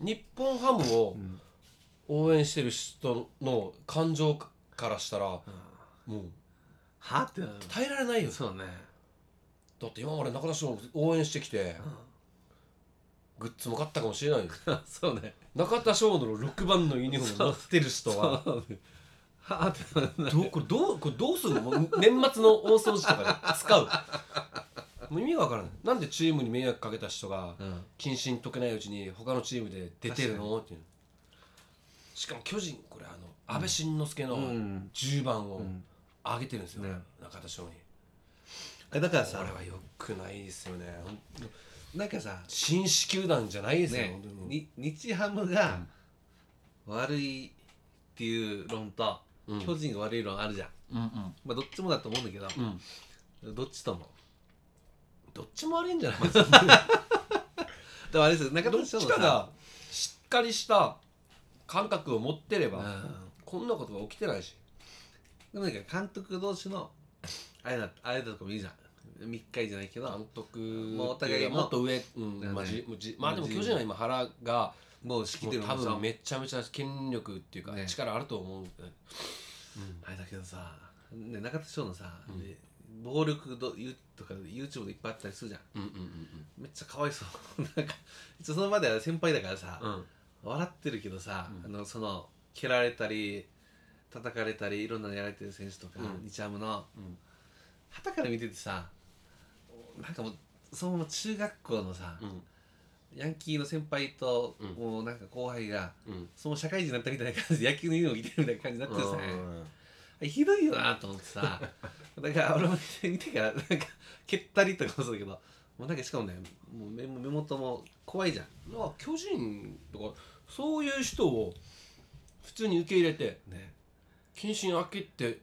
日本ハムをうん応援してる人の感情からしたらもうはってなる耐えられないよ。 そうねだって今まで中田翔を応援してきてグッズも買ったかもしれないよ。 そうね中田翔のろくばんのユニフォーム乗ってる人はそうねはってなるどうこれどうこれどうするの？もう年末の大掃除とかで使う。もう意味がわからない。なんでチームに迷惑かけた人がうん謹慎解けないうちに他のチームで出てるのっていう。しかも巨人これあの安倍晋之助のうんじゅうばんをうん上げてるんですよ、 ね中田翔に。 えだからさこれは良くないですよね。ほんとなんかさ紳士球団じゃないですよ、 ね本当にもうに日ハムが悪いっていう論と、 うん巨人が悪い論あるじゃん、 うんうんまあどっちもだと思うんだけど、 うん、 どっちともどっちも悪いんじゃないですか。 だからあれですよ中どっ田翔のちかがしっかりした感覚を持ってれば、 うんこんなことが起きてないし。 でもなんか監督同士のあれだあれだとかもいいじゃん密会じゃないけど監督もうお互いのもっと上、うんだねまあじじまあでも巨人は今原がもう仕切もう多ってるもんさ分めちゃめちゃ権力っていうかね力あると思うんで、 あれだけどさ、ね、中田翔のさ、 うんで暴力どゆとか YouTube でいっぱいあったりするじゃんうんうんめっちゃかわいそうなんか一応その場では先輩だからさ、 うんうん笑ってるけどさ、 うんあのその蹴られたり叩かれたりいろんなのやられてる選手とか、 うん日ハムのうん旗から見ててさなんかもうそのまま中学校のさ、 うんヤンキーの先輩と、 うんもうなんか後輩がうんその社会人になったみたいな感じで野球のユニフォーム着てるみたいな感じになってるさ、 うんひどいよなと思ってさだから俺も見てからなんか蹴ったりとかもそうだけどもうなんかしかもねもう目目元も怖いじゃんだから巨人とかそういう人を普通に受け入れてね謹慎開けて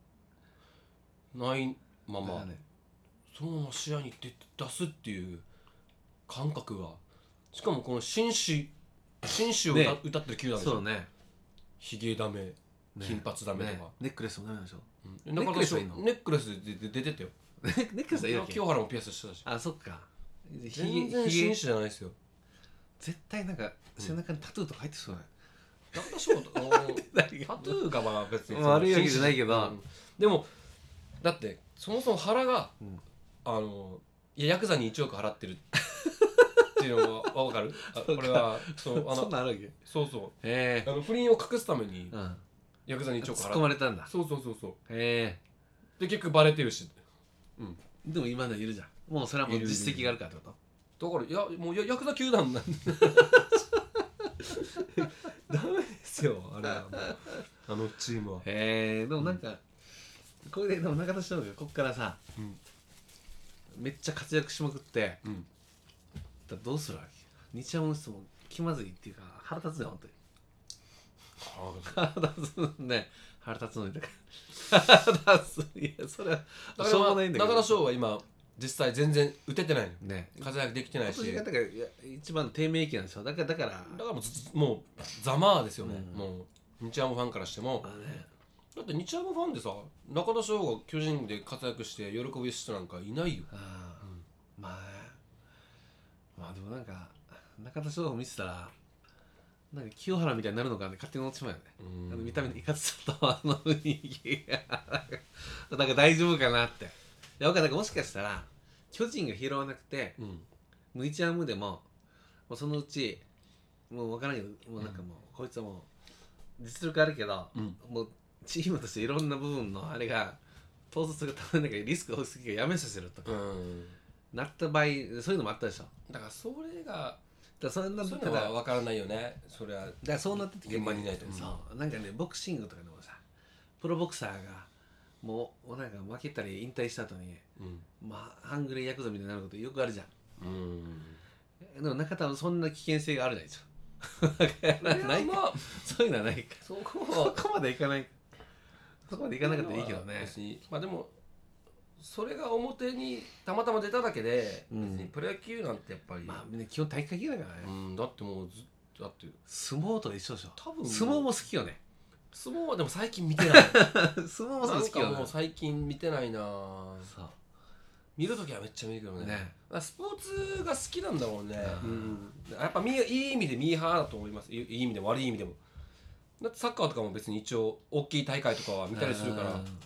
ないまま、 だからねそのまま試合に出出すっていう感覚がしかもこの紳士紳士を歌,、 ね歌ってる球団でしょ。 そうねひげダメ、 ね金髪ダメとか、 ねネックレスもダメでしょうんネックレスはいいのネックレスででで出てたよ。 ネックレスはいいわけ清原もピアスしてたし。 あそっかひ全げひげ然紳士じゃないですよ。 絶対なんか背中にタトゥーとか入ってそうだね中田翔とあのタトゥーがまあ別に悪いわけじゃないけどうんでもだってそもそも原が、 うんあのいやヤクザにいちおく払ってるっていうのは分かる？あ俺はそうあそんのなんあるわけへそうそうえあの不倫を隠すためにうんヤクザにいちおく突っ払って込まれたんだそうそうそうそうへで結局バレてるしえでも今のいるじゃんもうそれはもう実績があるからってことだからいやもうやヤクザ球団なんでダメですよあれはもうあのチームは。 へえでもなんか、これででも中田翔がこっからさ、 うんめっちゃ活躍しまくってうんだからどうするわけ日ハムの人も気まずいっていうか腹立つよ本当に腹立つね腹立つのにだから腹立ついやそれはしょうだからがないんだけど中田翔は今実際全然打ててないのね活躍できてないし今年がだからいや一番の低迷期なんですよだからだからだからもうずもうざまあですよね、 うんもう日ハムファンからしてもまあねだって日ハムファンでさ中田翔が巨人で活躍して喜ぶ人なんかいないよ。 あー、まあねまあでもなんか中田翔を見てたらなんか清原みたいになるのかなって勝手に思ってしまうよねうんあの見た目のいかつさとあの雰囲気がなんか大丈夫かなっていや僕はなんかもしかしたら巨人が拾わなくてうんもう日ハムでももうそのうちもう分からんけどもうなんかもう、こいつはもう実力あるけど、 うんもうチームとしていろんな部分のあれが統率がたまになんかリスクが多すぎてやめさせるとか、 うんなった場合そういうのもあったでしょだからそれがだからそんなそういうだからのは分からないよねそれは。 だからそうなって時に現場にいないとそうなんかねボクシングとかでもさプロボクサーがもうなんか負けたり引退した後にうんまあ半グレヤクザみたいになることよくあるじゃんうんでも中田はそんな危険性があるじゃないですかないまあそういうのはないかそこそはこまでいかないそこまでいかなかったらいいけどね別にまあでもそれが表にたまたま出ただけで、 うん別にプロ野球なんてやっぱり、 まあね基本体育会系だからね、 うんだってもうずだって相撲と一緒でしょ多分相撲も好きよね相撲はでも最近見てない相撲もなんか好きよねもう最近見てないなそう見るときはめっちゃ見るけどねねだからスポーツが好きなんだもんね、 うんうんやっぱミーいい意味でミーハーだと思います。いいい意味でも悪い意味でも。だってサッカーとかも別に一応大きい大会とかは見たりするからうん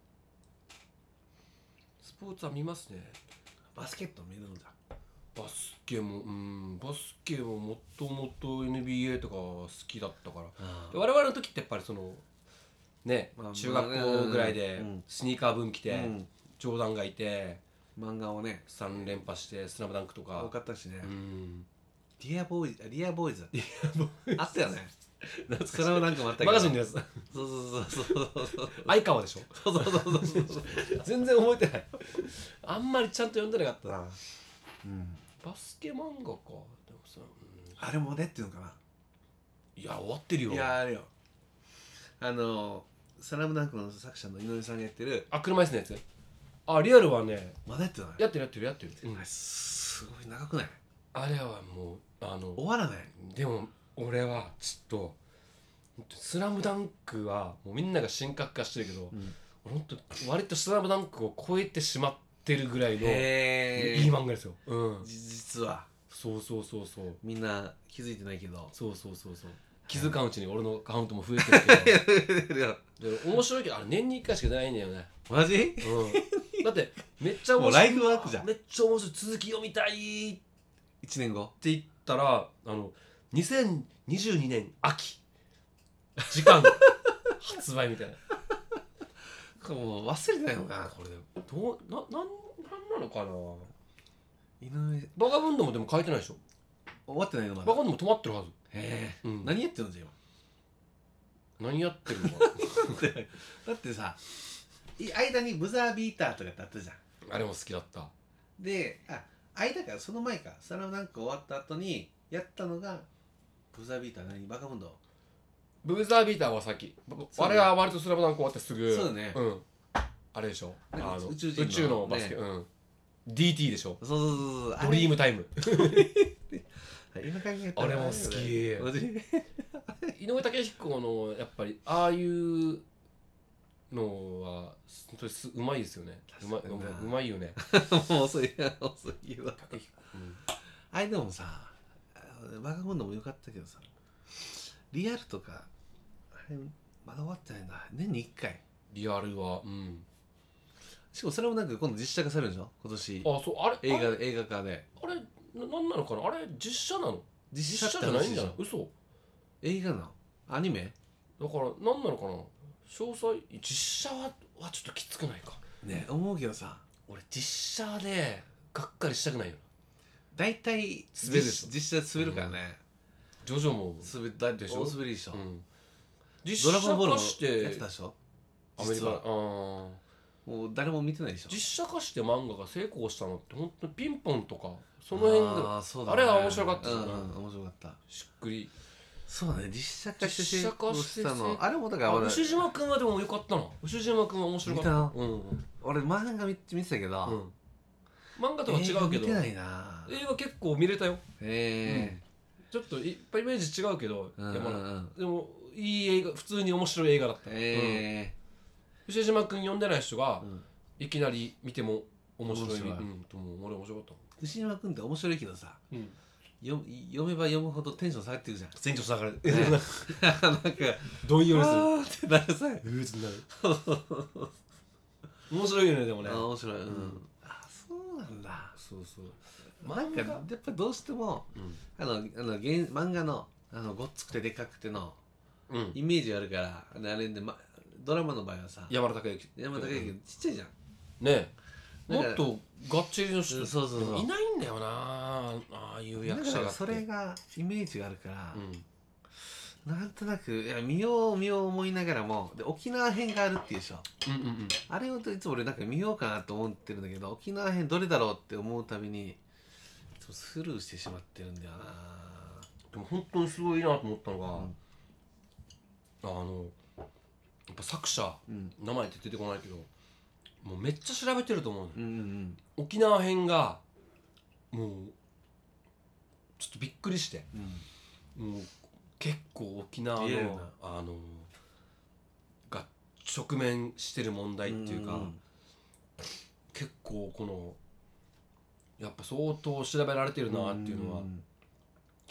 スポーツは見ますね。 バスケット見るんだ。 バスケもうんバスケももともと エヌビーエー とか好きだったからで我々の時ってやっぱりそのね、 まあ中学校ぐらいでうんスニーカー分着て、 うんジョーダンがいて漫画をねさん連覇してスラムダンクとか多かったしね、 うんディアボーイズディアボーイズあったよね。 懐それもなんかもあったけどマガジンのやつそうそうそうそうそう相川でしょそうそうそうそうそう全然覚えてないあんまりちゃんと読んでなかったなうんバスケ漫画かでもさ、うんあれもねっていうのかいや終わってるよないやあれよあのスラムダンクの作者の井上さんがやってるあ車椅子のやつあリアルはねまだやってないやってるやってるやってる、うんあれすごい長くないあれはもうあの終わらないでも俺はちょっとスラムダンクはもうみんなが神格化してるけど、 ん俺ほんと割とスラムダンクを超えてしまってるぐらいのへいい漫画ですよ、うん、 じ実はそうそうそうそうみんな気づいてないけどそうそうそうそう気づかんうちに俺のカウントも増えてるけどいやで面白いけどあれ年にいっかいしか出ないんだよね、 マジうん、だってめっちゃ面白いもうライフワークじゃんめっちゃ面白い続き読みたいっていちねんご言ったらあのにせんにじゅうにねん秋時間発売みたいなもう忘れてないのかこれどうななんなんなのかな井上バガボンドもでも書いてないでしょ終わってないのまだバガボンドも止まってるはず、 へえ、 うん、 何やってんのじゃあ何やってるのか今だってさい間にブザービーターとかってあったじゃんあれも好きだったであ間からその前かスラムダンク終わった後にやったのがブザービーター何バカモンドブーザービーターは先そうねあれは割とスラムダンク終わってすぐそうだねん、あれでしょあなんかの宇宙人の宇宙のバスケ、 ねうん ディーティー でしょそうそうそうそうドリームタイム今考えたらあれも好きマジ井上武彦のやっぱりああいうのは本当にすうまいですよねうまう確かになまうまいよねもう遅い遅いわ武彦、うんあれでもさバカモンドもよかったけどさリアルとかあれまだ終わってないんだ年にいっかいリアルはうんしかもそれもなんか今度実写化されるんでしょ今年あそうあれ映あれ画映画化であれななんなのかなあれ実写なの実写って実写じゃないんじゃない話でしょ嘘映画なのアニメだからなんなのかな詳細実写ははちょっときつくないかね思うけどさ俺実写でがっかりしたくないよ大体滑るでしょ実実写で滑るからね、 ジョジョも、 滑ったでしょお大滑りでしょ、 うん、 ド実写ラゴンボールも化してやってたでしょアメリカあ実はーもう誰も見てないでしょ実写化して漫画が成功したのって本当にピンポンとかその辺あがーそうだねあれは面白かったですよねうんうん面白かったしっくりそうだね実写化して成実写化功してしたの成あれもだからあ俺牛島君はでもよかったな牛島君は面白かった見たうんうん俺漫画めっちゃ見てたけど、 うん漫画とは違うけど映画見てないな映画結構見れたよへちょっといっぱいイメージ違うけど、 えうんうん山田うんでもいい映画普通に面白い映画だった、うん、 へ牛島君読んでない人がえうんいきなり見ても面白い面白いうん、と思う俺面白かった牛島君って面白いけどさうん読読めば読むほどテンション下がってるじゃん全長下がるねなんかどんよりするあーってなるさうーってなる面白いよねでもねあ面白いうん、 うんあそうなんだそうそうなんかやっぱどうしてもうんあのあの原漫画のあのごっつくてでかくてのうんイメージがあるからあれで、ま、ドラマの場合はさ山田孝之山田孝之ちっちゃいじゃんねえなんかもっとがっちりの人うんそうそうそうでもいないんだよなああいう役者がだからそれがイメージがあるからう、んなんとなくいや見よう見よう思いながらもで沖縄編があるっていうでしょうんうんうんあれをいつも俺なんか見ようかなと思ってるんだけど沖縄編どれだろうって思うたびにいつもスルーしてしまってるんだよなでも本当にすごいなと思ったのが、 んあのやっぱ作者うん名前って出てこないけどもうめっちゃ調べてると思うの、 うんうん沖縄編がもうちょっとびっくりしてうんもう結構沖縄リアルなのあのが直面してる問題っていうか、 ん結構このやっぱ相当調べられてるなっていうのはん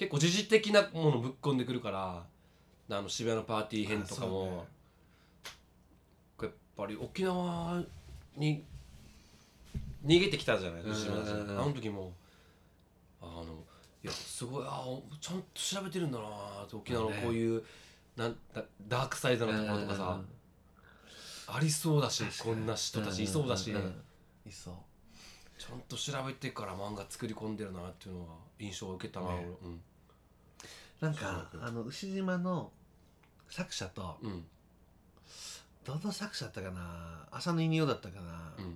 結構時事的なものぶっ込んでくるから、あの渋谷のパーティー編とかも、 あそうね、 やっぱり沖縄に逃げてきたじゃない西島たち、 うんうんうんあの時もあのいやすごいあちゃんと調べてるんだなって沖縄のこういう、なんだダークサイドのところとかさ、 うんうんうんありそうだしこんな人たちいそうだし、 んんんいそうちゃんと調べてから漫画作り込んでるなっていうのが印象を受けたな、 ね俺うんなんかあの牛島の作者と、 うんどの作者だったかな、浅野稲夫だったかな、 うん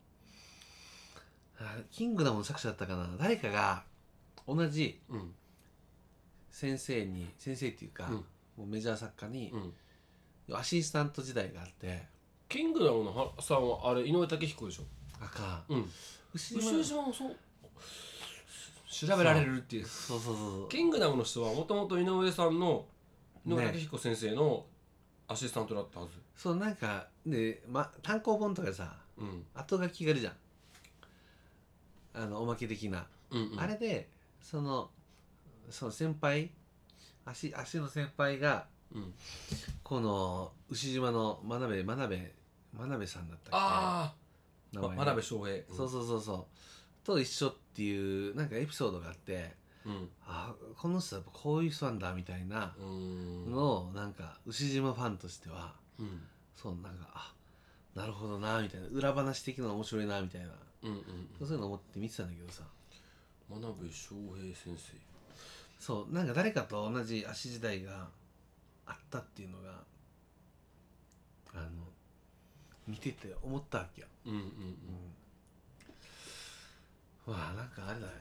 あキングダムの作者だったかな、誰かが同じうん先生に先生っていうか、 うんもうメジャー作家にうんアシスタント時代があって、 キングダムのはさんはあれ井上武彦でしょ。 赤うん牛牛島もそう調べられるっていう。 そうそうそうそうキングダムの人はもともと井上さんの井上ね武彦先生のアシスタントだったはず。 そうなんかで、ま、単行本とかさうん後書きがあるじゃん、あのおまけ的な、 うんうん、 あれでそのその先輩足足の先輩がうん、 この牛島の真鍋真鍋真鍋さんだったっけああ、ま、 名前真鍋翔平、うん、 そうそうそうそうと一緒っていうなんかエピソードがあって、 うんあこの人はやっぱこういう人なんだみたいなうーんのをなんか牛島ファンとしてはうんそうなんかあなるほどなみたいな裏話的なの面白いなみたいな、 うんうんそういうの思って見てたんだけどさ、 真鍋翔平先生そうなんか誰かと同じ足時代があったっていうのがあの見てて思ったわけよ、 うんうんうんうん、わあなんかあれだね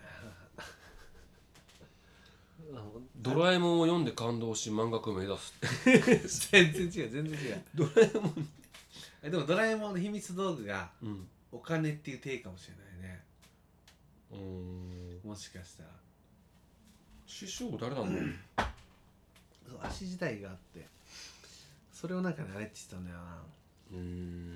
あのドラえもんを読んで感動し漫画家を目指す全然違う全然違うドラえもんえでもドラえもんの秘密道具がうんお金っていう体かもしれないね、 うーんもしかしたら師匠誰なんだろうそう足時代があってそれをなんかねあれって言ってたんだよな、 うーん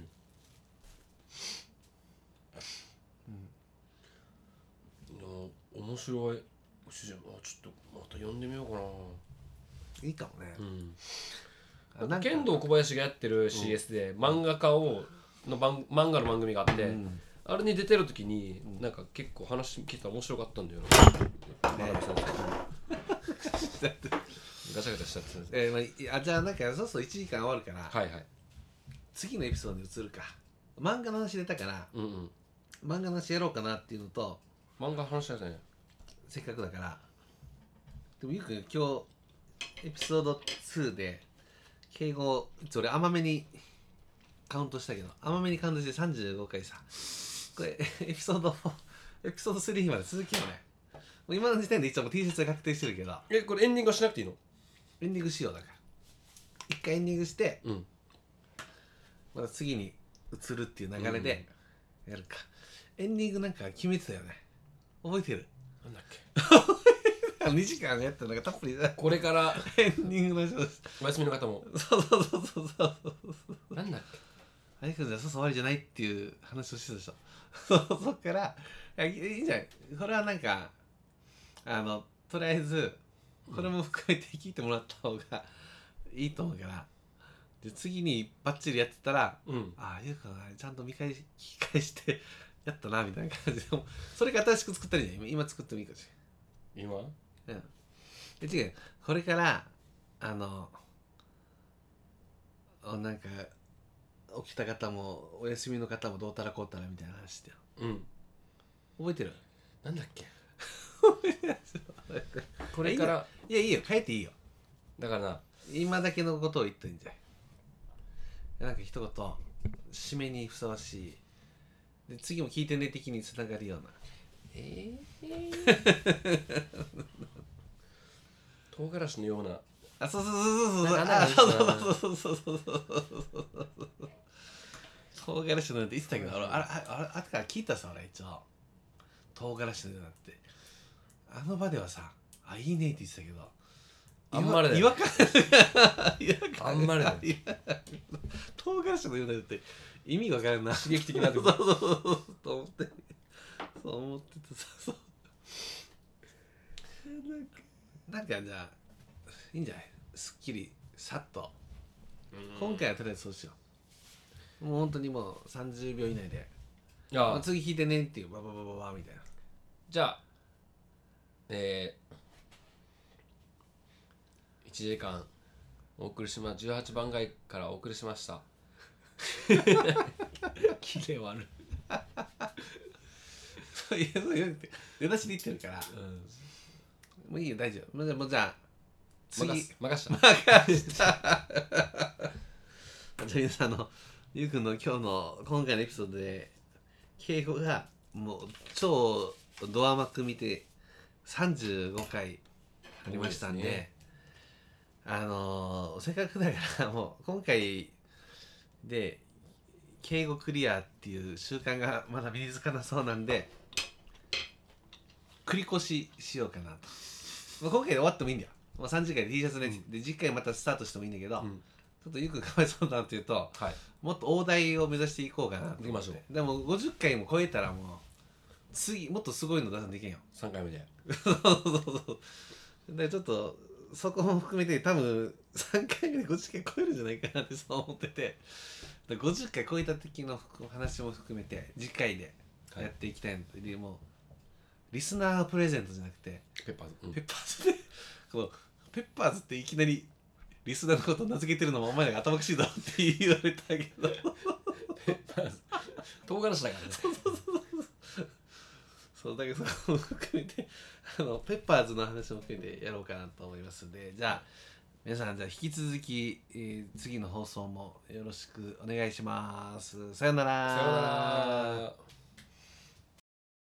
いや面白い主人あちょっとまた読んでみようかないいかもね、 うんあなんか剣道小林がやってる シーエス で漫画家をの番漫画の番組があって、 うんあれに出てる時に、 うんなんか結構話聞いたら面白かったんだよな、 ね真鍋先生ガチャガチャしちゃってたんですえーまあいや、じゃあなんかそうそういちじかん終わるから、 はいはい次のエピソードに移るか漫画の話出たからうんうん漫画の話やろうかなっていうのと漫画の話だねせっかくだからでもゆうくん今日エピソードにで敬語それ甘めにカウントしたけど甘めにカウントしてさんじゅうごかいさこれエピソードよんエピソードさんまで続きよねもう今の時点で一応もう T シャツが確定してるけどえこれエンディングはしなくていいのエンディングしようだから一回エンディングしてうんまた次に移るっていう流れでやるか、エンディングなんか決めてたよね覚えてるなんだっけにじかんやったのがたっぷりこれからエンディングの話をしお休みの方もそうそうそうそうそうなんだっけあれくんじゃそうそう終わりじゃないっていう話をしてたでしょそうそっからいやいいんじゃないこれはなんかあのとりあえずこれも含めて聞いてもらった方がいいと思うからで次にバッチリやってたらうんああゆうくんがちゃんと見返し聞き返してやったなみたいな感じでそれが新しく作ったらいいじゃん今今作ってもいいかもし今れない、うん、で違うこれからあのおなんか起きた方もお休みの方もどうたらこうたらみたいな話だようん覚えてるなんだっけこれからいやいいよ帰っていいよだからな今だけのことを言ったんじゃないなんか一言締めにふさわしいで次も聞いてね的につながるようなええ唐辛子のようなあそうそうそうそうそうなんかあそうそうなんかそうそうそうそう唐辛子のなんて言ってたけど俺あれあれあとから聞いたさ俺一応唐辛子のようなってあの場ではさあいいねって言ってたけどあんまりだよ違和感違和感あんまりだよ唐辛子のようなって意味が分からんな刺激的なってそうことそうそうと思ってそう思っててさそうなんかじゃあいいんじゃない、すっきりさっと今回はとりあえずそうしよう。もう本当にもうさんじゅうびょう以内でああ次弾いてねっていうバババババみたいな。 じゃあえー、いちじかんお送りしまじゅうはちばん街からお送りしました。キレ悪い。 そういうそういう出だしで言ってるから、 うん、 もういいよ大丈夫。もうじゃあもうじゃあ次任す任した任した。じゃあ皆さんあのゆうくんの今日の今回のエピソードで敬語がもう超ドアマック見てさんじゅうごかいありましたんで、 ね、 あのー、せっかくだからもう今回で敬語クリアっていう習慣がまだ身につかなそうなんで繰り越ししようかなと。まあ、今回で終わってもいいんだよ。もうさんじかいで T シャツで、うん、で次回またスタートしてもいいんだけど、うん、ちょっとゆうくんかわいそうだなっていうと、はい、もっと大台を目指していこうかなと。 行きましょう。 でもごじゅっかいも超えたらもう次もっとすごいの出さんといけんよ。 さんかいめで。 そうそうそう。でちょっとそこも含めて多分さんかいめでごじゅっかい超えるんじゃないかなってそう思ってて、ごじゅっかい超えた時の話も含めて次回でやっていきたいので、はい、もうリスナープレゼントじゃなくてペッパーズ、うん、 ペッパーズでこのペッパーズっていきなりリスナーのことを名付けてるのもお前らが頭くしいだろって言われたけどペッパーズ唐辛子だからね。 そうそうそうそうそうだけどそこも含めてあのペッパーズの話も含めてやろうかなと思いますので、じゃあ皆さんじゃあ引き続き、えー、次の放送もよろしくお願いします。さよなら。 さよなら。